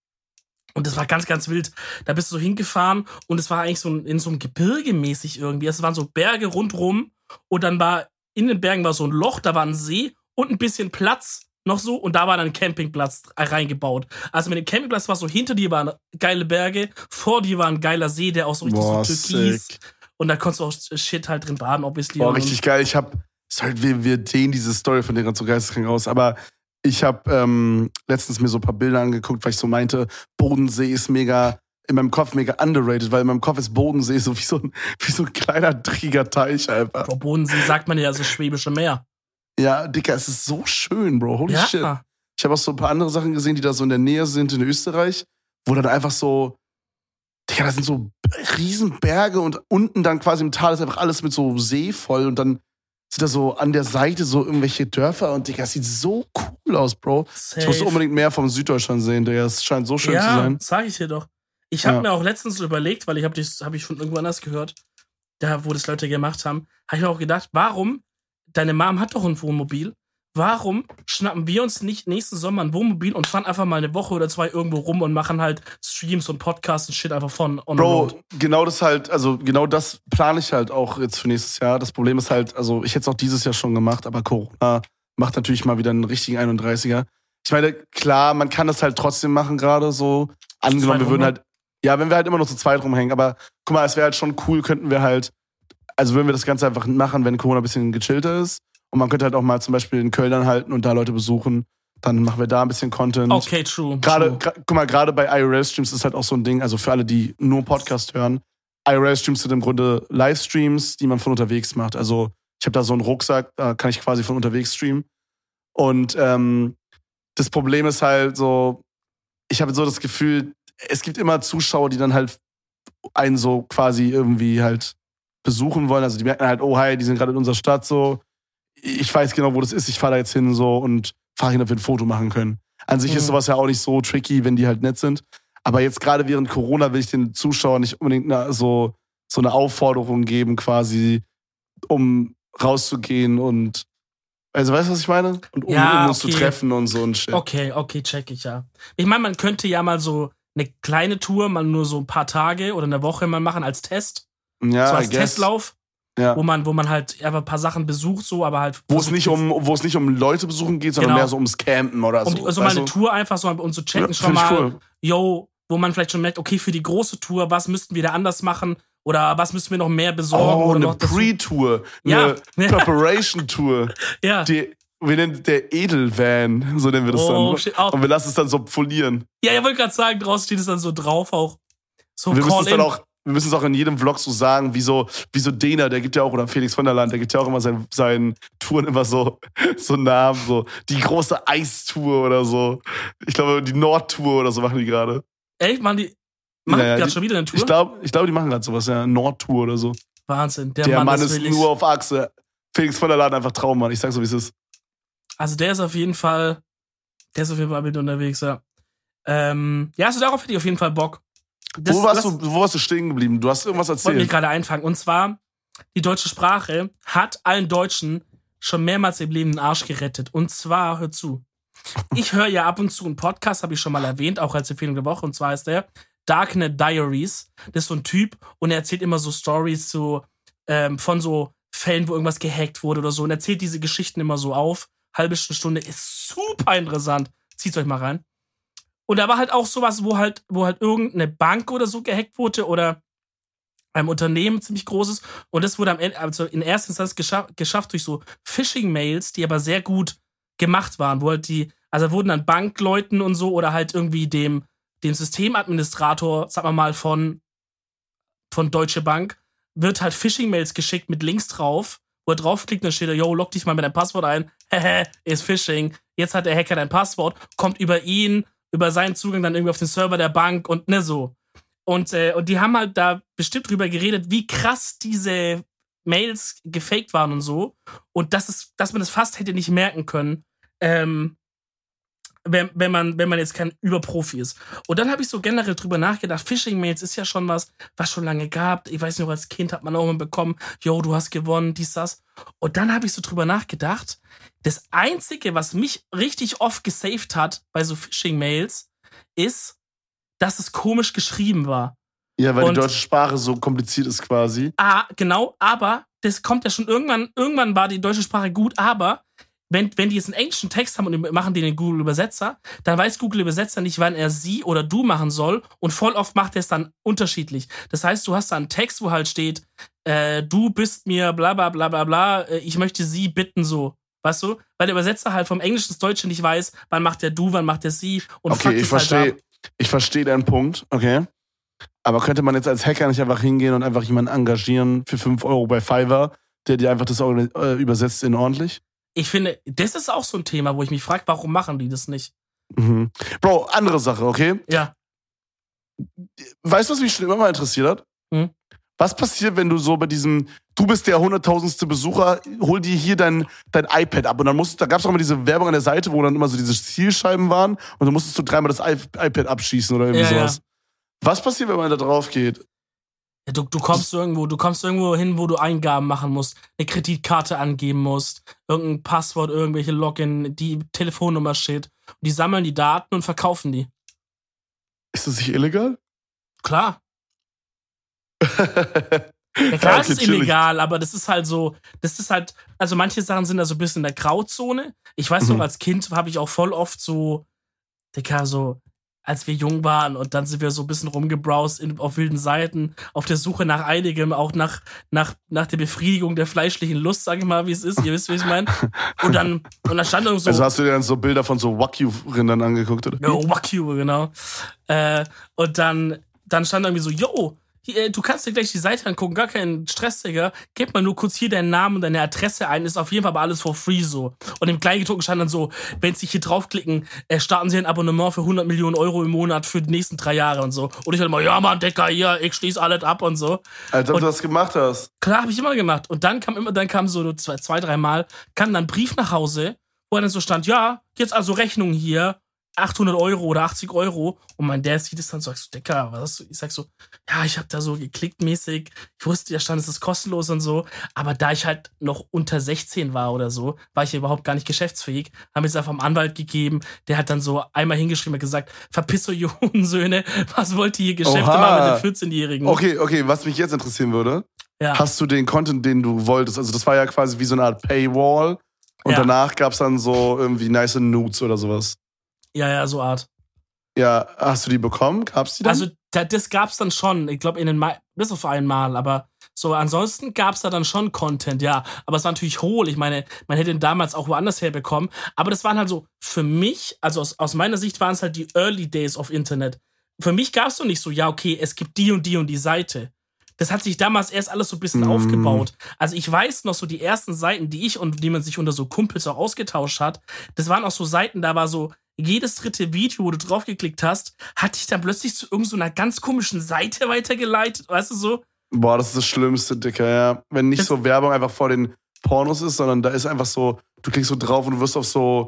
[SPEAKER 2] Und das war ganz, ganz wild. Da bist du so hingefahren und es war eigentlich so in so einem Gebirge mäßig irgendwie. Es waren so Berge rundrum und dann war in den Bergen war so ein Loch, da war ein See und ein bisschen Platz noch so und da war dann ein Campingplatz reingebaut. Also mit dem Campingplatz war so, hinter dir waren geile Berge, vor dir war ein geiler See, der auch so richtig
[SPEAKER 1] Boah,
[SPEAKER 2] so türkis.
[SPEAKER 1] Sick.
[SPEAKER 2] Und da konntest du auch Shit halt drin baden, obviously.
[SPEAKER 1] Boah, richtig geil. Ich hab, sorry, wir, wir dehnen diese Story von dir gerade so geisteskrank aus, aber ich habe ähm, letztens mir so ein paar Bilder angeguckt, weil ich so meinte, Bodensee ist mega, in meinem Kopf mega underrated, weil in meinem Kopf ist Bodensee so wie so ein, wie so ein kleiner, dreckiger Teich einfach.
[SPEAKER 2] Bro, Bodensee sagt man ja, das Schwäbische Meer.
[SPEAKER 1] Ja, Dicker, es ist so schön, Bro. Holy
[SPEAKER 2] ja.
[SPEAKER 1] shit. Ich habe auch so ein paar andere Sachen gesehen, die da so in der Nähe sind in Österreich, wo dann einfach so, Dicker, da sind so Riesenberge und unten dann quasi im Tal ist einfach alles mit so See voll und dann sind da so an der Seite so irgendwelche Dörfer und Digga, das sieht so cool aus, Bro.
[SPEAKER 2] Safe.
[SPEAKER 1] Ich muss unbedingt mehr vom Süddeutschland sehen, Digga. Es scheint so schön
[SPEAKER 2] ja,
[SPEAKER 1] zu sein.
[SPEAKER 2] Ja, sag ich dir doch. Ich habe
[SPEAKER 1] ja.
[SPEAKER 2] mir auch letztens überlegt, weil ich habe das hab ich von irgendwo anders gehört, da wo das Leute gemacht haben, habe ich mir auch gedacht, warum, deine Mom hat doch ein Wohnmobil, warum schnappen wir uns nicht nächsten Sommer ein Wohnmobil und fahren einfach mal eine Woche oder zwei irgendwo rum und machen halt Streams und Podcasts und Shit einfach von on
[SPEAKER 1] Bro,
[SPEAKER 2] the road.
[SPEAKER 1] genau das halt, also genau das plane ich halt auch jetzt für nächstes Jahr. Das Problem ist halt, also ich hätte es auch dieses Jahr schon gemacht, aber Corona macht natürlich mal wieder einen richtigen einunddreißiger. Ich meine, klar, man kann das halt trotzdem machen gerade so. Angenommen, wir würden halt, ja, wenn wir halt immer noch zu zweit rumhängen, aber guck mal, es wäre halt schon cool, könnten wir halt, also würden wir das Ganze einfach machen, wenn Corona ein bisschen gechillter ist. Und man könnte halt auch mal zum Beispiel in Köln anhalten und da Leute besuchen. Dann machen wir da ein bisschen Content.
[SPEAKER 2] Okay, true.
[SPEAKER 1] Gerade,
[SPEAKER 2] true.
[SPEAKER 1] gra- guck mal, gerade bei I R L-Streams ist halt auch so ein Ding, also für alle, die nur Podcast hören, I R L-Streams sind im Grunde Livestreams, die man von unterwegs macht. Also ich habe da so einen Rucksack, da kann ich quasi von unterwegs streamen. Und ähm, das Problem ist halt so, ich habe so das Gefühl, es gibt immer Zuschauer, die dann halt einen so quasi irgendwie halt besuchen wollen. Also die merken halt, oh hi, die sind gerade in unserer Stadt so. Ich weiß genau, wo das ist, ich fahre da jetzt hin so und fahre hin, ob wir ein Foto machen können. An sich
[SPEAKER 2] Mhm.
[SPEAKER 1] ist sowas ja auch nicht so tricky, wenn die halt nett sind. Aber jetzt gerade während Corona will ich den Zuschauern nicht unbedingt eine, so, so eine Aufforderung geben, quasi, um rauszugehen und, also weißt du, was ich meine? Und um,
[SPEAKER 2] Ja,
[SPEAKER 1] um uns
[SPEAKER 2] okay.
[SPEAKER 1] zu treffen und so ein Shit.
[SPEAKER 2] Okay, okay, check ich ja. Ich meine, man könnte ja mal so eine kleine Tour, mal nur so ein paar Tage oder eine Woche mal machen als Test.
[SPEAKER 1] Ja,
[SPEAKER 2] so als
[SPEAKER 1] I guess.
[SPEAKER 2] Testlauf,
[SPEAKER 1] Ja.
[SPEAKER 2] wo man, wo man halt einfach ein paar Sachen besucht, so, aber halt.
[SPEAKER 1] Wo es nicht um, wo es nicht um Leute besuchen geht, sondern
[SPEAKER 2] Genau.
[SPEAKER 1] mehr so ums Campen oder
[SPEAKER 2] um,
[SPEAKER 1] so.
[SPEAKER 2] so mal
[SPEAKER 1] weißt
[SPEAKER 2] eine
[SPEAKER 1] du?
[SPEAKER 2] Tour einfach so, um zu checken,
[SPEAKER 1] Ja,
[SPEAKER 2] schon
[SPEAKER 1] find ich
[SPEAKER 2] mal,
[SPEAKER 1] cool.
[SPEAKER 2] yo, wo man vielleicht schon merkt, okay, für die große Tour, was müssten wir da anders machen? Oder was müssen wir noch mehr besorgen?
[SPEAKER 1] Oh,
[SPEAKER 2] oder
[SPEAKER 1] eine
[SPEAKER 2] noch dazu-
[SPEAKER 1] Pre-Tour.
[SPEAKER 2] Ja.
[SPEAKER 1] Eine Preparation-Tour.
[SPEAKER 2] Ja.
[SPEAKER 1] Die, wir nennen der Edelvan, so nennen wir das
[SPEAKER 2] Oh,
[SPEAKER 1] dann.
[SPEAKER 2] shit. Auch-
[SPEAKER 1] Und wir lassen es dann so polieren.
[SPEAKER 2] Ja, ich wollte gerade sagen, draußen steht es dann so drauf auch. So
[SPEAKER 1] Und wir müssen es
[SPEAKER 2] Call-in.
[SPEAKER 1] dann auch, wir müssen es auch in jedem Vlog so sagen, wie so, wie so Dena, der gibt ja auch, oder Felix von der Land, der gibt ja auch immer seinen, seinen Touren immer so, so Namen, so die große Eistour oder so. Ich glaube, die Nordtour oder so machen die gerade.
[SPEAKER 2] Echt, machen die, machen
[SPEAKER 1] Naja,
[SPEAKER 2] die gerade
[SPEAKER 1] die-
[SPEAKER 2] schon wieder eine Tour?
[SPEAKER 1] Ich glaube, ich glaub, die machen gerade sowas, ja, Nordtour oder so.
[SPEAKER 2] Wahnsinn, der,
[SPEAKER 1] Der
[SPEAKER 2] Mann,
[SPEAKER 1] Mann
[SPEAKER 2] das
[SPEAKER 1] ist
[SPEAKER 2] will ich.
[SPEAKER 1] nur auf Achse. Felix von der Land einfach Traummann, ich sag so, wie es ist.
[SPEAKER 2] Also der ist auf jeden Fall, der ist auf jeden Fall mit unterwegs, ja. Ähm, ja, also darauf hätte ich auf jeden Fall Bock. Das,
[SPEAKER 1] wo, warst
[SPEAKER 2] das
[SPEAKER 1] du, wo warst du stehen geblieben? Du hast irgendwas
[SPEAKER 2] wollte mich
[SPEAKER 1] erzählt.
[SPEAKER 2] gerade einfangen. Und zwar, die deutsche Sprache hat allen Deutschen schon mehrmals im Leben den Arsch gerettet. Und zwar, hör zu, ich höre ja ab und zu einen Podcast, habe ich schon mal erwähnt, auch als Empfehlung der Woche. Und zwar ist der Darknet Diaries. Das ist so ein Typ und er erzählt immer so Stories so, ähm, von so Fällen, wo irgendwas gehackt wurde oder so. Und erzählt diese Geschichten immer so auf. Halbe Stunde, ist super interessant. Zieht's euch mal rein. Und da war halt auch sowas, wo halt, wo halt irgendeine Bank oder so gehackt wurde oder ein Unternehmen ziemlich großes. Und das wurde am Ende, also in erster Instanz geschafft, geschafft durch so Phishing-Mails, die aber sehr gut gemacht waren, wo halt die, also wurden dann Bankleuten und so oder halt irgendwie dem, dem Systemadministrator, sagen wir mal, von, von Deutsche Bank, wird halt Phishing-Mails geschickt mit Links drauf, wo er draufklickt und dann steht da, yo, log dich mal mit deinem Passwort ein. Hehe, ist Phishing. Jetzt hat der Hacker dein Passwort, kommt über ihn, über seinen Zugang dann irgendwie auf den Server der Bank und ne so. Und, äh, und die haben halt da bestimmt drüber geredet, wie krass diese Mails gefaked waren und so. Und das ist, dass man das fast hätte nicht merken können, ähm, wenn, wenn, man, wenn man jetzt kein Überprofi ist. Und dann habe ich so generell drüber nachgedacht, Phishing-Mails ist ja schon was, was schon lange gab. Ich weiß nicht, als Kind hat man auch mal bekommen, yo, du hast gewonnen, dies, das. Und dann habe ich so drüber nachgedacht, das Einzige, was mich richtig oft gesaved hat bei so Phishing-Mails, ist, dass es komisch geschrieben war.
[SPEAKER 1] Ja, weil
[SPEAKER 2] Und-
[SPEAKER 1] die deutsche Sprache so kompliziert ist quasi.
[SPEAKER 2] Ah, genau, aber das kommt ja schon irgendwann, irgendwann war die deutsche Sprache gut, aber wenn, wenn die jetzt einen englischen Text haben und die machen den in Google Übersetzer, dann weiß Google Übersetzer nicht, wann er sie oder du machen soll und voll oft macht er es dann unterschiedlich. Das heißt, du hast da einen Text, wo halt steht, äh, du bist mir bla bla bla bla bla, äh, ich möchte sie bitten so. Weißt du? Weil der Übersetzer halt vom Englischen ins Deutsche nicht weiß, wann macht der du, wann macht der sie und
[SPEAKER 1] Okay,
[SPEAKER 2] fuckt
[SPEAKER 1] ich
[SPEAKER 2] es halt
[SPEAKER 1] verstehe.
[SPEAKER 2] ab.
[SPEAKER 1] Ich verstehe deinen Punkt, okay. Aber könnte man jetzt als Hacker nicht einfach hingehen und einfach jemanden engagieren für fünf Euro bei Fiverr, der dir einfach das äh, übersetzt in ordentlich?
[SPEAKER 2] Ich finde, das ist auch so ein Thema, wo ich mich frage, warum machen die das nicht?
[SPEAKER 1] Mhm. Bro, andere Sache, okay?
[SPEAKER 2] Ja.
[SPEAKER 1] Weißt du, was mich schon immer mal interessiert hat?
[SPEAKER 2] Hm?
[SPEAKER 1] Was passiert, wenn du so bei diesem, du bist der hunderttausendste Besucher, hol dir hier dein, dein iPad ab und dann musst, da gab es auch immer diese Werbung an der Seite, wo dann immer so diese Zielscheiben waren und dann musstest du dreimal das I- iPad abschießen oder irgendwie
[SPEAKER 2] Ja,
[SPEAKER 1] sowas. Was passiert, wenn man da drauf geht?
[SPEAKER 2] Ja, du, du kommst irgendwo, du kommst irgendwo hin, wo du Eingaben machen musst, eine Kreditkarte angeben musst, irgendein Passwort, irgendwelche Login, die Telefonnummer steht. Und die sammeln die Daten und verkaufen die.
[SPEAKER 1] Ist das nicht illegal?
[SPEAKER 2] Klar. Ja, klar, ja, okay, ist es illegal, aber das ist halt so, das ist halt, also manche Sachen sind da so ein bisschen in der Grauzone. Ich weiß noch, mhm. als Kind habe ich auch voll oft so, Digga, so, als wir jung waren und dann sind wir so ein bisschen rumgebrowst in, auf wilden Seiten, auf der Suche nach einigem, auch nach, nach, nach der Befriedigung der fleischlichen Lust, sag ich mal, wie es ist. Ihr wisst, wie ich es meine. Und dann, und dann stand irgendwo so.
[SPEAKER 1] Also hast du dir dann so Bilder von so Wagyu-Rindern angeguckt, oder?
[SPEAKER 2] Ja, Wagyu, genau. Äh, und dann, dann stand irgendwie so, yo, hier, du kannst dir gleich die Seite angucken, gar keinen Stress, Digga. Gib mal nur kurz hier deinen Namen und deine Adresse ein, ist auf jeden Fall aber alles for free so. Und im Kleingedruckten stand dann so, wenn sie hier draufklicken, äh, starten sie ein Abonnement für hundert Millionen Euro im Monat für die nächsten drei Jahre und so. Und ich halt immer, ja Mann, Digga, hier, ich schließe alles ab und so.
[SPEAKER 1] Als ob
[SPEAKER 2] und,
[SPEAKER 1] du das gemacht hast.
[SPEAKER 2] Klar, habe ich immer gemacht. Und dann kam immer, dann kam so zwei, zwei drei Mal, kam dann ein Brief nach Hause, wo dann so stand, ja, jetzt also Rechnung hier, achthundert Euro oder achtzig Euro. Und mein Dad sieht es dann so, sagst du, Dicker, was hast du? Ich sag so, ja, ich hab da so geklickt mäßig. Ich wusste, da stand, es ist kostenlos und so. Aber da ich halt noch unter sechzehn war oder so, war ich ja überhaupt gar nicht geschäftsfähig. Haben wir es einfach am Anwalt gegeben. Der hat dann so einmal hingeschrieben und gesagt, verpiss euch, ihr Hundensöhne. Was wollt ihr hier Geschäfte
[SPEAKER 1] Oha.
[SPEAKER 2] machen mit den vierzehnjährigen?
[SPEAKER 1] Okay, okay, was mich jetzt interessieren würde,
[SPEAKER 2] ja.
[SPEAKER 1] hast du den Content, den du wolltest? Also das war ja quasi wie so eine Art Paywall. Und ja. danach gab's dann so irgendwie nice Nudes oder sowas.
[SPEAKER 2] Ja, ja, so Art.
[SPEAKER 1] Ja, hast du die bekommen? Gab's die dann?
[SPEAKER 2] Also, das gab's dann schon. Ich glaube, in den Ma- bis auf einmal. Aber so, ansonsten gab's da dann schon Content, ja. Aber es war natürlich hohl. Ich meine, man hätte ihn damals auch woanders herbekommen. Aber das waren halt so, für mich, also aus, aus meiner Sicht waren es halt die Early Days of Internet. Für mich gab's doch nicht so, ja, okay, es gibt die und die und die Seite. Das hat sich damals erst alles so ein bisschen mm. aufgebaut. Also ich weiß noch so, die ersten Seiten, die ich und die man sich unter so Kumpels auch ausgetauscht hat, das waren auch so Seiten, da war so, jedes dritte Video, wo du draufgeklickt hast, hat dich dann plötzlich zu irgendeiner so ganz komischen Seite weitergeleitet, weißt du so?
[SPEAKER 1] Boah, das ist das Schlimmste, Dicker, ja. Wenn nicht das so Werbung einfach vor den Pornos ist, sondern da ist einfach so, du klickst so drauf und du wirst auf so,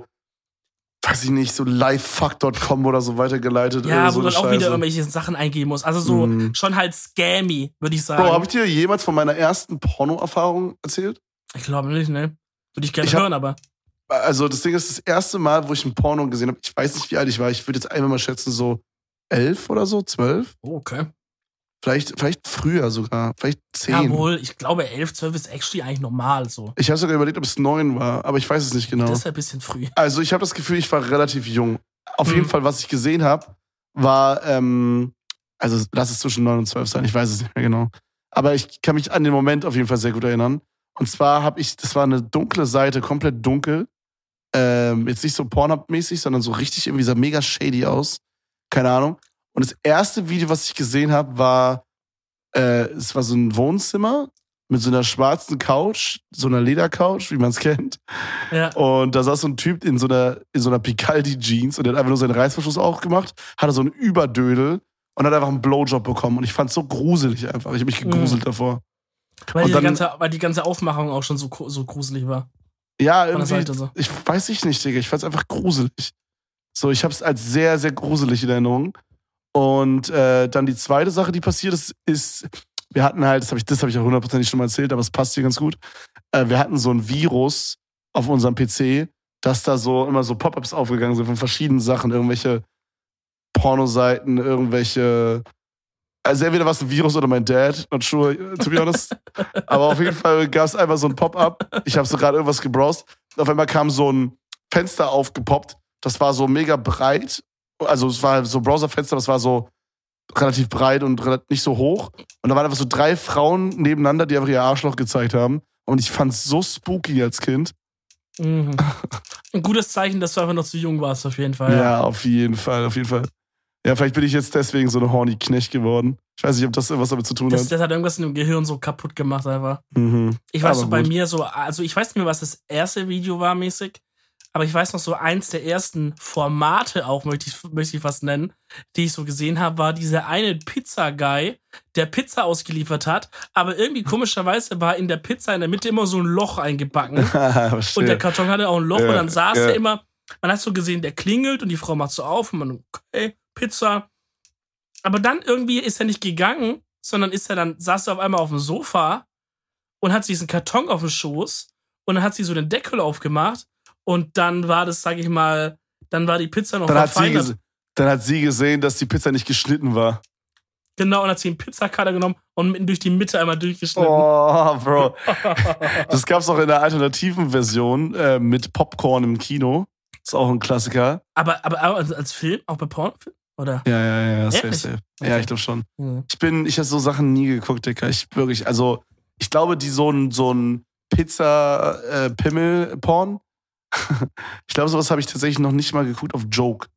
[SPEAKER 1] weiß ich nicht, so livefuck Punkt com oder so weitergeleitet.
[SPEAKER 2] Ja,
[SPEAKER 1] so
[SPEAKER 2] wo du dann auch wieder irgendwelche Sachen eingeben musst. Also so mm. schon halt scammy, würde ich sagen.
[SPEAKER 1] Bro, hab ich dir jemals von meiner ersten Porno-Erfahrung erzählt?
[SPEAKER 2] Ich glaube nicht, ne? Würde ich gerne ich hören, hab, aber...
[SPEAKER 1] Also das Ding ist, das erste Mal, wo ich ein Porno gesehen habe, ich weiß nicht, wie alt ich war, ich würde jetzt einfach mal schätzen, so elf oder so, zwölf.
[SPEAKER 2] Oh, okay.
[SPEAKER 1] Vielleicht, vielleicht früher sogar, vielleicht zehn.
[SPEAKER 2] Jawohl, ich glaube elf, zwölf ist actually eigentlich normal so.
[SPEAKER 1] Ich habe sogar überlegt, ob es neun war, aber ich weiß es nicht genau.
[SPEAKER 2] Das ist ja ein bisschen früh.
[SPEAKER 1] Also ich habe das Gefühl, ich war relativ jung. Auf mhm. jeden Fall, was ich gesehen habe, war, ähm, also lass es zwischen neun und zwölf sein, ich weiß es nicht mehr genau. Aber ich kann mich an den Moment auf jeden Fall sehr gut erinnern. Und zwar habe ich, das war eine dunkle Seite, komplett dunkel. Ähm, jetzt nicht so Pornhub-mäßig, sondern so richtig irgendwie sah mega shady aus. Keine Ahnung. Und das erste Video, was ich gesehen habe, war, äh, es war so ein Wohnzimmer mit so einer schwarzen Couch, so einer Ledercouch, wie man es kennt.
[SPEAKER 2] Ja.
[SPEAKER 1] Und da saß so ein Typ in so einer, in so einer Picaldi-Jeans und der hat einfach nur seinen Reißverschluss aufgemacht, hatte so einen Überdödel und hat einfach einen Blowjob bekommen. Und ich fand es so gruselig einfach. Ich habe mich gegruselt mhm. davor.
[SPEAKER 2] Weil die, dann, ganze, weil die ganze Aufmachung auch schon so, so gruselig war.
[SPEAKER 1] Ja, irgendwie, so. ich weiß ich nicht, Digga. Ich fand's einfach gruselig. So, ich hab's als sehr, sehr gruselig in Erinnerung. Und äh, dann die zweite Sache, die passiert ist, ist, wir hatten halt, das habe ich, das hab ich ja hundertprozentig schon mal erzählt, aber es passt hier ganz gut. Äh, wir hatten so ein Virus auf unserem P C, dass da so immer so Pop-ups aufgegangen sind von verschiedenen Sachen, irgendwelche Pornoseiten, irgendwelche. Also entweder war es ein Virus oder mein Dad, not sure, to be honest. Aber auf jeden Fall gab es einfach so ein Pop-up. Ich habe so gerade irgendwas gebrowst. Und auf einmal kam so ein Fenster aufgepoppt. Das war so mega breit. Also es war so ein Browserfenster, das war so relativ breit und nicht so hoch. Und da waren einfach so drei Frauen nebeneinander, die einfach ihr Arschloch gezeigt haben. Und ich fand's so spooky als Kind.
[SPEAKER 2] Mhm. Ein gutes Zeichen, dass du einfach noch zu jung warst, auf jeden Fall.
[SPEAKER 1] Ja, ja auf jeden Fall, auf jeden Fall. Ja, vielleicht bin ich jetzt deswegen so eine horny Knecht geworden. Ich weiß nicht, ob das was damit zu tun
[SPEAKER 2] das,
[SPEAKER 1] hat.
[SPEAKER 2] Das hat irgendwas in dem Gehirn so kaputt gemacht einfach.
[SPEAKER 1] Mhm.
[SPEAKER 2] Ich weiß
[SPEAKER 1] aber
[SPEAKER 2] so bei
[SPEAKER 1] gut.
[SPEAKER 2] mir so, also ich weiß nicht mehr, was das erste Video war mäßig, aber ich weiß noch so, eins der ersten Formate auch, möchte ich, möchte ich fast nennen, die ich so gesehen habe, war dieser eine Pizza-Guy, der Pizza ausgeliefert hat, aber irgendwie komischerweise war in der Pizza in der Mitte immer so ein Loch eingebacken. Und der Karton hatte auch ein Loch ja, und dann saß ja. er immer, man hat so gesehen, der klingelt und die Frau macht so auf und man, okay, Pizza. Aber dann irgendwie ist er nicht gegangen, sondern ist er dann, saß er auf einmal auf dem Sofa und hat diesen Karton auf dem Schoß und dann hat sie so den Deckel aufgemacht und dann war das, sag ich mal, dann war die Pizza noch
[SPEAKER 1] dann hat, sie
[SPEAKER 2] verfeinert.
[SPEAKER 1] gese- dann hat sie gesehen, dass die Pizza nicht geschnitten war.
[SPEAKER 2] Genau, und hat sie einen Pizzacutter genommen und mitten durch die Mitte einmal durchgeschnitten.
[SPEAKER 1] Oh, Bro. Das gab's auch in der alternativen Version äh, mit Popcorn im Kino. Ist auch ein Klassiker.
[SPEAKER 2] Aber, aber als, als Film, auch bei Pornofilm? Oder?
[SPEAKER 1] Ja, ja, ja, safe,
[SPEAKER 2] Ehrlich?
[SPEAKER 1] safe.
[SPEAKER 2] Okay.
[SPEAKER 1] Ja, ich glaube schon.
[SPEAKER 2] Mhm.
[SPEAKER 1] Ich bin, ich habe so Sachen nie geguckt, Dicker. Ich wirklich, also, ich glaube, die so ein, so ein Pizza-Pimmel-Porn. Ich glaube, sowas habe ich tatsächlich noch nicht mal geguckt auf Joke.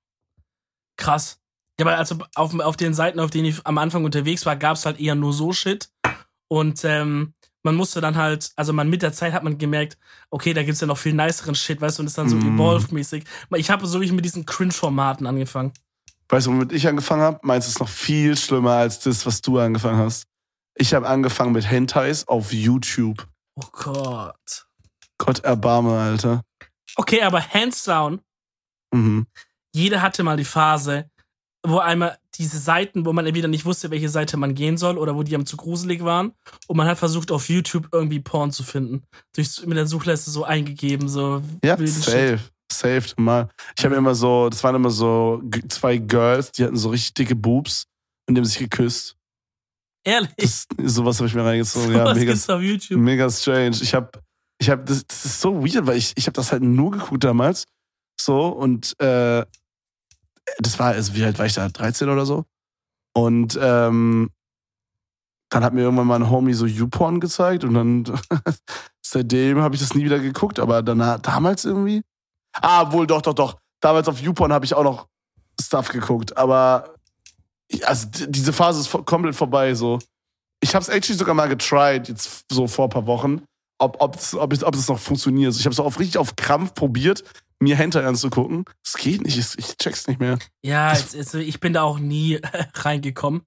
[SPEAKER 2] Krass. Ja, aber also auf, auf den Seiten, auf denen ich am Anfang unterwegs war, gab es halt eher nur so Shit. Und ähm, man musste dann halt, also man mit der Zeit hat man gemerkt, okay, da gibt's ja noch viel niceren Shit, weißt du, und ist dann so
[SPEAKER 1] Mm.
[SPEAKER 2] evolved-mäßig. Ich habe so wie mit diesen Cringe-Formaten angefangen.
[SPEAKER 1] Weißt du, womit ich angefangen habe? Meins ist noch viel schlimmer als das, was du angefangen hast. Ich habe angefangen mit Hentais auf YouTube.
[SPEAKER 2] Oh Gott.
[SPEAKER 1] Gott erbarme, Alter.
[SPEAKER 2] Okay, aber hands down,
[SPEAKER 1] Mhm.
[SPEAKER 2] jeder hatte mal die Phase, wo einmal diese Seiten, wo man entweder nicht wusste, welche Seite man gehen soll oder wo die am zu gruselig waren und man hat versucht, auf YouTube irgendwie Porn zu finden. Durch, mit der Suchleiste so eingegeben, so
[SPEAKER 1] Ja,
[SPEAKER 2] wilden
[SPEAKER 1] safe. Safe, mal. Ich habe immer so, das waren immer so g- zwei Girls, die hatten so richtig dicke Boobs und die haben sich geküsst.
[SPEAKER 2] Ehrlich,
[SPEAKER 1] Das, sowas habe ich mir reingezogen. Ja,
[SPEAKER 2] was
[SPEAKER 1] mega,
[SPEAKER 2] gibt's auf YouTube?
[SPEAKER 1] mega strange. Ich habe, ich habe, das, das ist so weird, weil ich, ich habe das halt nur geguckt damals. So, und äh, das war, also wie alt war ich da? dreizehn oder so? Und ähm, dann hat mir irgendwann mal ein Homie so YouPorn gezeigt und dann seitdem habe ich das nie wieder geguckt, aber danach, damals irgendwie. Ah, wohl, doch, doch, doch. Damals auf YouPorn habe ich auch noch Stuff geguckt, aber also d- diese Phase ist vo- komplett vorbei. So. Ich habe es actually sogar mal getried, jetzt so vor ein paar Wochen, ob, ob's, ob, es, ob es noch funktioniert. Ich habe es auf, richtig auf Krampf probiert, mir Hentai anzugucken. Es geht nicht, ich, ich check's nicht mehr.
[SPEAKER 2] Ja, jetzt, jetzt, ich bin da auch nie reingekommen.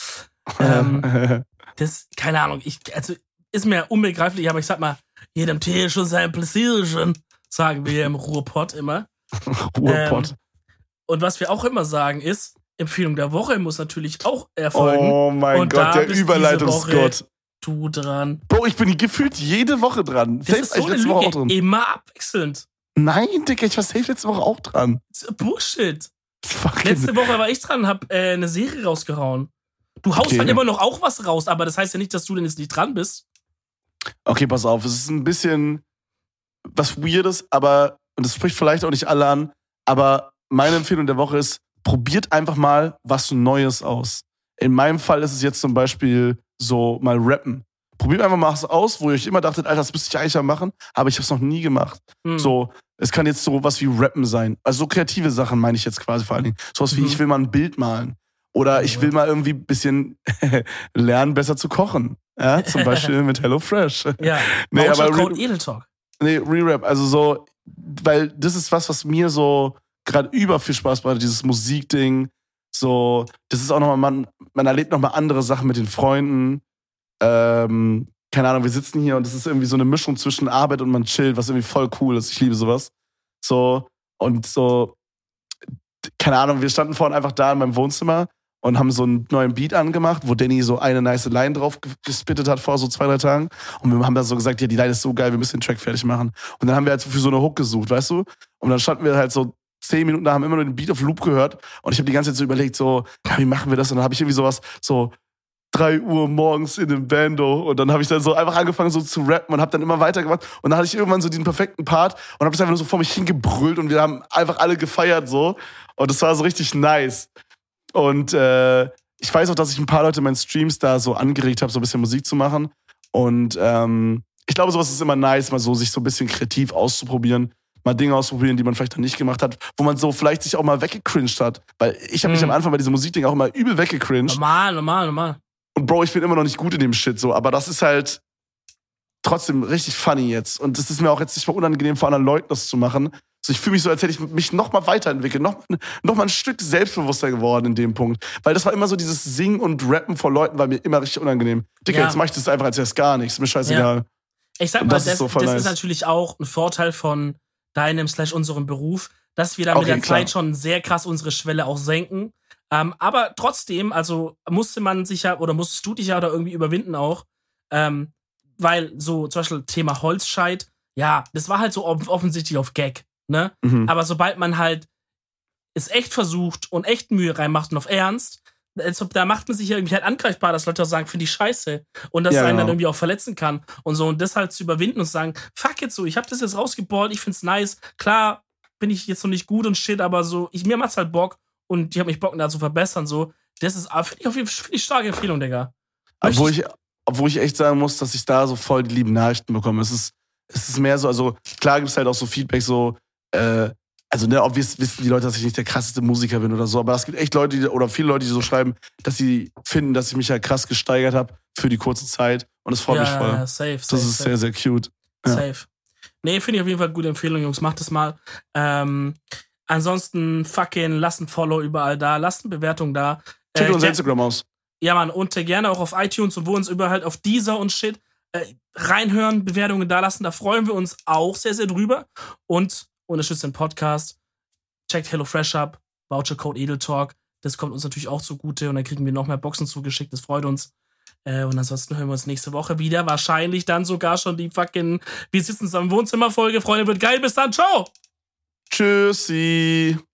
[SPEAKER 2] ähm, das, keine Ahnung, ich, also ist mir unbegreiflich, aber ich sag mal, jedem Tee schon sein Pläsierchen, sagen wir im Ruhrpott immer.
[SPEAKER 1] Ruhrpott.
[SPEAKER 2] Ähm, und was wir auch immer sagen ist, Empfehlung der Woche muss natürlich auch erfolgen.
[SPEAKER 1] Oh mein
[SPEAKER 2] Und
[SPEAKER 1] Gott,
[SPEAKER 2] da
[SPEAKER 1] der
[SPEAKER 2] bist diese
[SPEAKER 1] Überleitungsgott.
[SPEAKER 2] Du dran.
[SPEAKER 1] Bro, ich bin gefühlt jede Woche dran.
[SPEAKER 2] Das
[SPEAKER 1] Safe,
[SPEAKER 2] ist so
[SPEAKER 1] ich
[SPEAKER 2] eine
[SPEAKER 1] letzte Woche auch
[SPEAKER 2] Lüge.
[SPEAKER 1] dran.
[SPEAKER 2] Immer abwechselnd.
[SPEAKER 1] Nein, Digga, ich war safe letzte Woche auch dran.
[SPEAKER 2] Das ist Bullshit.
[SPEAKER 1] Fucking.
[SPEAKER 2] Letzte Woche war ich dran und hab äh, eine Serie rausgehauen. Du haust
[SPEAKER 1] Okay.
[SPEAKER 2] halt immer noch auch was raus, aber das heißt ja nicht, dass du denn jetzt nicht dran bist.
[SPEAKER 1] Okay, pass auf, es ist ein bisschen was Weirdes, aber, und das spricht vielleicht auch nicht alle an, aber meine Empfehlung der Woche ist, probiert einfach mal was Neues aus. In meinem Fall ist es jetzt zum Beispiel so mal rappen. Probiert einfach mal was aus, wo ihr euch immer dachtet, Alter, das müsste ich eigentlich mal machen, aber ich habe es noch nie gemacht.
[SPEAKER 2] Hm.
[SPEAKER 1] So, es kann jetzt so was wie Rappen sein. Also so kreative Sachen meine ich jetzt quasi vor allen Dingen. Sowas wie,
[SPEAKER 2] Mhm.
[SPEAKER 1] ich will mal ein Bild malen. Oder ich will mal irgendwie ein bisschen lernen, besser zu kochen. Ja, zum Beispiel mit HelloFresh.
[SPEAKER 2] Ja,
[SPEAKER 1] Nee,
[SPEAKER 2] Voucher
[SPEAKER 1] aber
[SPEAKER 2] Code
[SPEAKER 1] Re-
[SPEAKER 2] Edeltalk.
[SPEAKER 1] Nee, Re-Rap, also so, weil das ist was, was mir so gerade über viel Spaß macht, dieses Musikding. So, das ist auch nochmal, man, man erlebt nochmal andere Sachen mit den Freunden. Ähm, keine Ahnung, wir sitzen hier und das ist irgendwie so eine Mischung zwischen Arbeit und man chillt, was irgendwie voll cool ist. Ich liebe sowas. So, und so, keine Ahnung, wir standen vorhin einfach da in meinem Wohnzimmer und haben so einen neuen Beat angemacht, wo Danny so eine nice Line drauf gespittet hat vor so zwei, drei Tagen. Und wir haben dann so gesagt, ja, die Line ist so geil, wir müssen den Track fertig machen. Und dann haben wir halt so für so eine Hook gesucht, weißt du? Und dann standen wir halt so zehn Minuten da, haben immer nur den Beat auf Loop gehört. Und ich habe die ganze Zeit so überlegt, so, ja, wie machen wir das? Und dann habe ich irgendwie sowas, so drei Uhr morgens in dem Bando. Und dann habe ich dann so einfach angefangen so zu rappen und habe dann immer weitergemacht. Und dann hatte ich irgendwann so den perfekten Part und habe das einfach nur so vor mich hingebrüllt und wir haben einfach alle gefeiert so. Und das war so richtig nice. Und äh, ich weiß auch, dass ich ein paar Leute in meinen Streams da so angeregt habe, so ein bisschen Musik zu machen. Und ähm, ich glaube, sowas ist immer nice, mal so sich so ein bisschen kreativ auszuprobieren. Mal Dinge ausprobieren, die man vielleicht dann nicht gemacht hat, wo man so vielleicht sich auch mal weggecringed hat. Weil ich habe mich
[SPEAKER 2] Mhm.
[SPEAKER 1] am Anfang bei diesem Musikding auch immer übel weggecringed.
[SPEAKER 2] Normal, normal, normal.
[SPEAKER 1] Und Bro, ich bin immer noch nicht gut in dem Shit so. Aber das ist halt trotzdem richtig funny jetzt. Und es ist mir auch jetzt nicht mal unangenehm, vor anderen Leuten das zu machen. Also ich fühle mich so, als hätte ich mich noch mal weiterentwickelt, noch, noch mal ein Stück selbstbewusster geworden in dem Punkt. Weil das war immer so dieses Singen und Rappen vor Leuten, war mir immer richtig unangenehm. Dicker,
[SPEAKER 2] Ja.
[SPEAKER 1] jetzt mach ich das einfach, als wäre es gar nichts. Ist mir scheißegal.
[SPEAKER 2] Ich sag
[SPEAKER 1] Und
[SPEAKER 2] mal,
[SPEAKER 1] das
[SPEAKER 2] das,
[SPEAKER 1] ist so
[SPEAKER 2] das,
[SPEAKER 1] voll
[SPEAKER 2] ist
[SPEAKER 1] nice.
[SPEAKER 2] natürlich auch ein Vorteil von deinem slash unserem Beruf, dass wir da mit
[SPEAKER 1] Okay,
[SPEAKER 2] der
[SPEAKER 1] klar.
[SPEAKER 2] Zeit schon sehr krass unsere Schwelle auch senken. Ähm, aber trotzdem, also musste man sich ja, oder musstest du dich ja da irgendwie überwinden auch, ähm, weil so zum Beispiel Thema Holzscheit, ja, das war halt so off- offensichtlich auf Gag, ne?
[SPEAKER 1] Mhm.
[SPEAKER 2] Aber sobald man halt es echt versucht und echt Mühe reinmacht und auf Ernst, also da macht man sich ja irgendwie halt angreifbar, dass Leute auch sagen, finde ich scheiße. Und dass
[SPEAKER 1] Ja,
[SPEAKER 2] es einen
[SPEAKER 1] genau.
[SPEAKER 2] dann irgendwie auch verletzen kann. Und so, und das halt zu überwinden und zu sagen, fuck jetzt so, ich hab das jetzt rausgeballt, ich find's nice. Klar, bin ich jetzt noch nicht gut und shit, aber so, ich, mir macht's halt Bock und ich hab mich Bock, da zu verbessern, so. Das ist, finde ich auf jeden Fall eine starke Empfehlung, Digga. Möchte
[SPEAKER 1] Obwohl ich, obwohl ich echt sagen muss, dass ich da so voll die lieben Nachrichten bekomme. Es ist, es ist mehr so, also klar gibt es halt auch so Feedback, so, äh, also ne, obvious wissen die Leute, dass ich nicht der krasseste Musiker bin oder so, aber es gibt echt Leute, die, oder viele Leute, die so schreiben, dass sie finden, dass ich mich halt krass gesteigert habe für die kurze Zeit und es freut
[SPEAKER 2] ja,
[SPEAKER 1] mich voll.
[SPEAKER 2] ja, safe, safe,
[SPEAKER 1] Das ist
[SPEAKER 2] safe.
[SPEAKER 1] sehr, sehr cute. Ja.
[SPEAKER 2] Safe. Nee, finde ich auf jeden Fall eine gute Empfehlung, Jungs. Macht das mal. Ähm, ansonsten fucking lasst ein Follow überall da, lasst eine Bewertung da.
[SPEAKER 1] Checkt
[SPEAKER 2] Äh,
[SPEAKER 1] unser
[SPEAKER 2] ja-
[SPEAKER 1] Instagram aus.
[SPEAKER 2] Ja, Mann, und äh, gerne auch auf iTunes und wo uns überall halt auf Deezer und Shit äh, reinhören, Bewertungen da lassen. Da freuen wir uns auch sehr, sehr drüber. Und unterstützt den Podcast. Checkt HelloFresh ab. Vouchercode EdelTalk. Das kommt uns natürlich auch zugute. Und dann kriegen wir noch mehr Boxen zugeschickt. Das freut uns. Äh, und ansonsten hören wir uns nächste Woche wieder. Wahrscheinlich dann sogar schon die fucking Wir sitzen zusammen im Wohnzimmer-Folge. Freunde, wird geil. Bis dann. Ciao.
[SPEAKER 1] Tschüssi.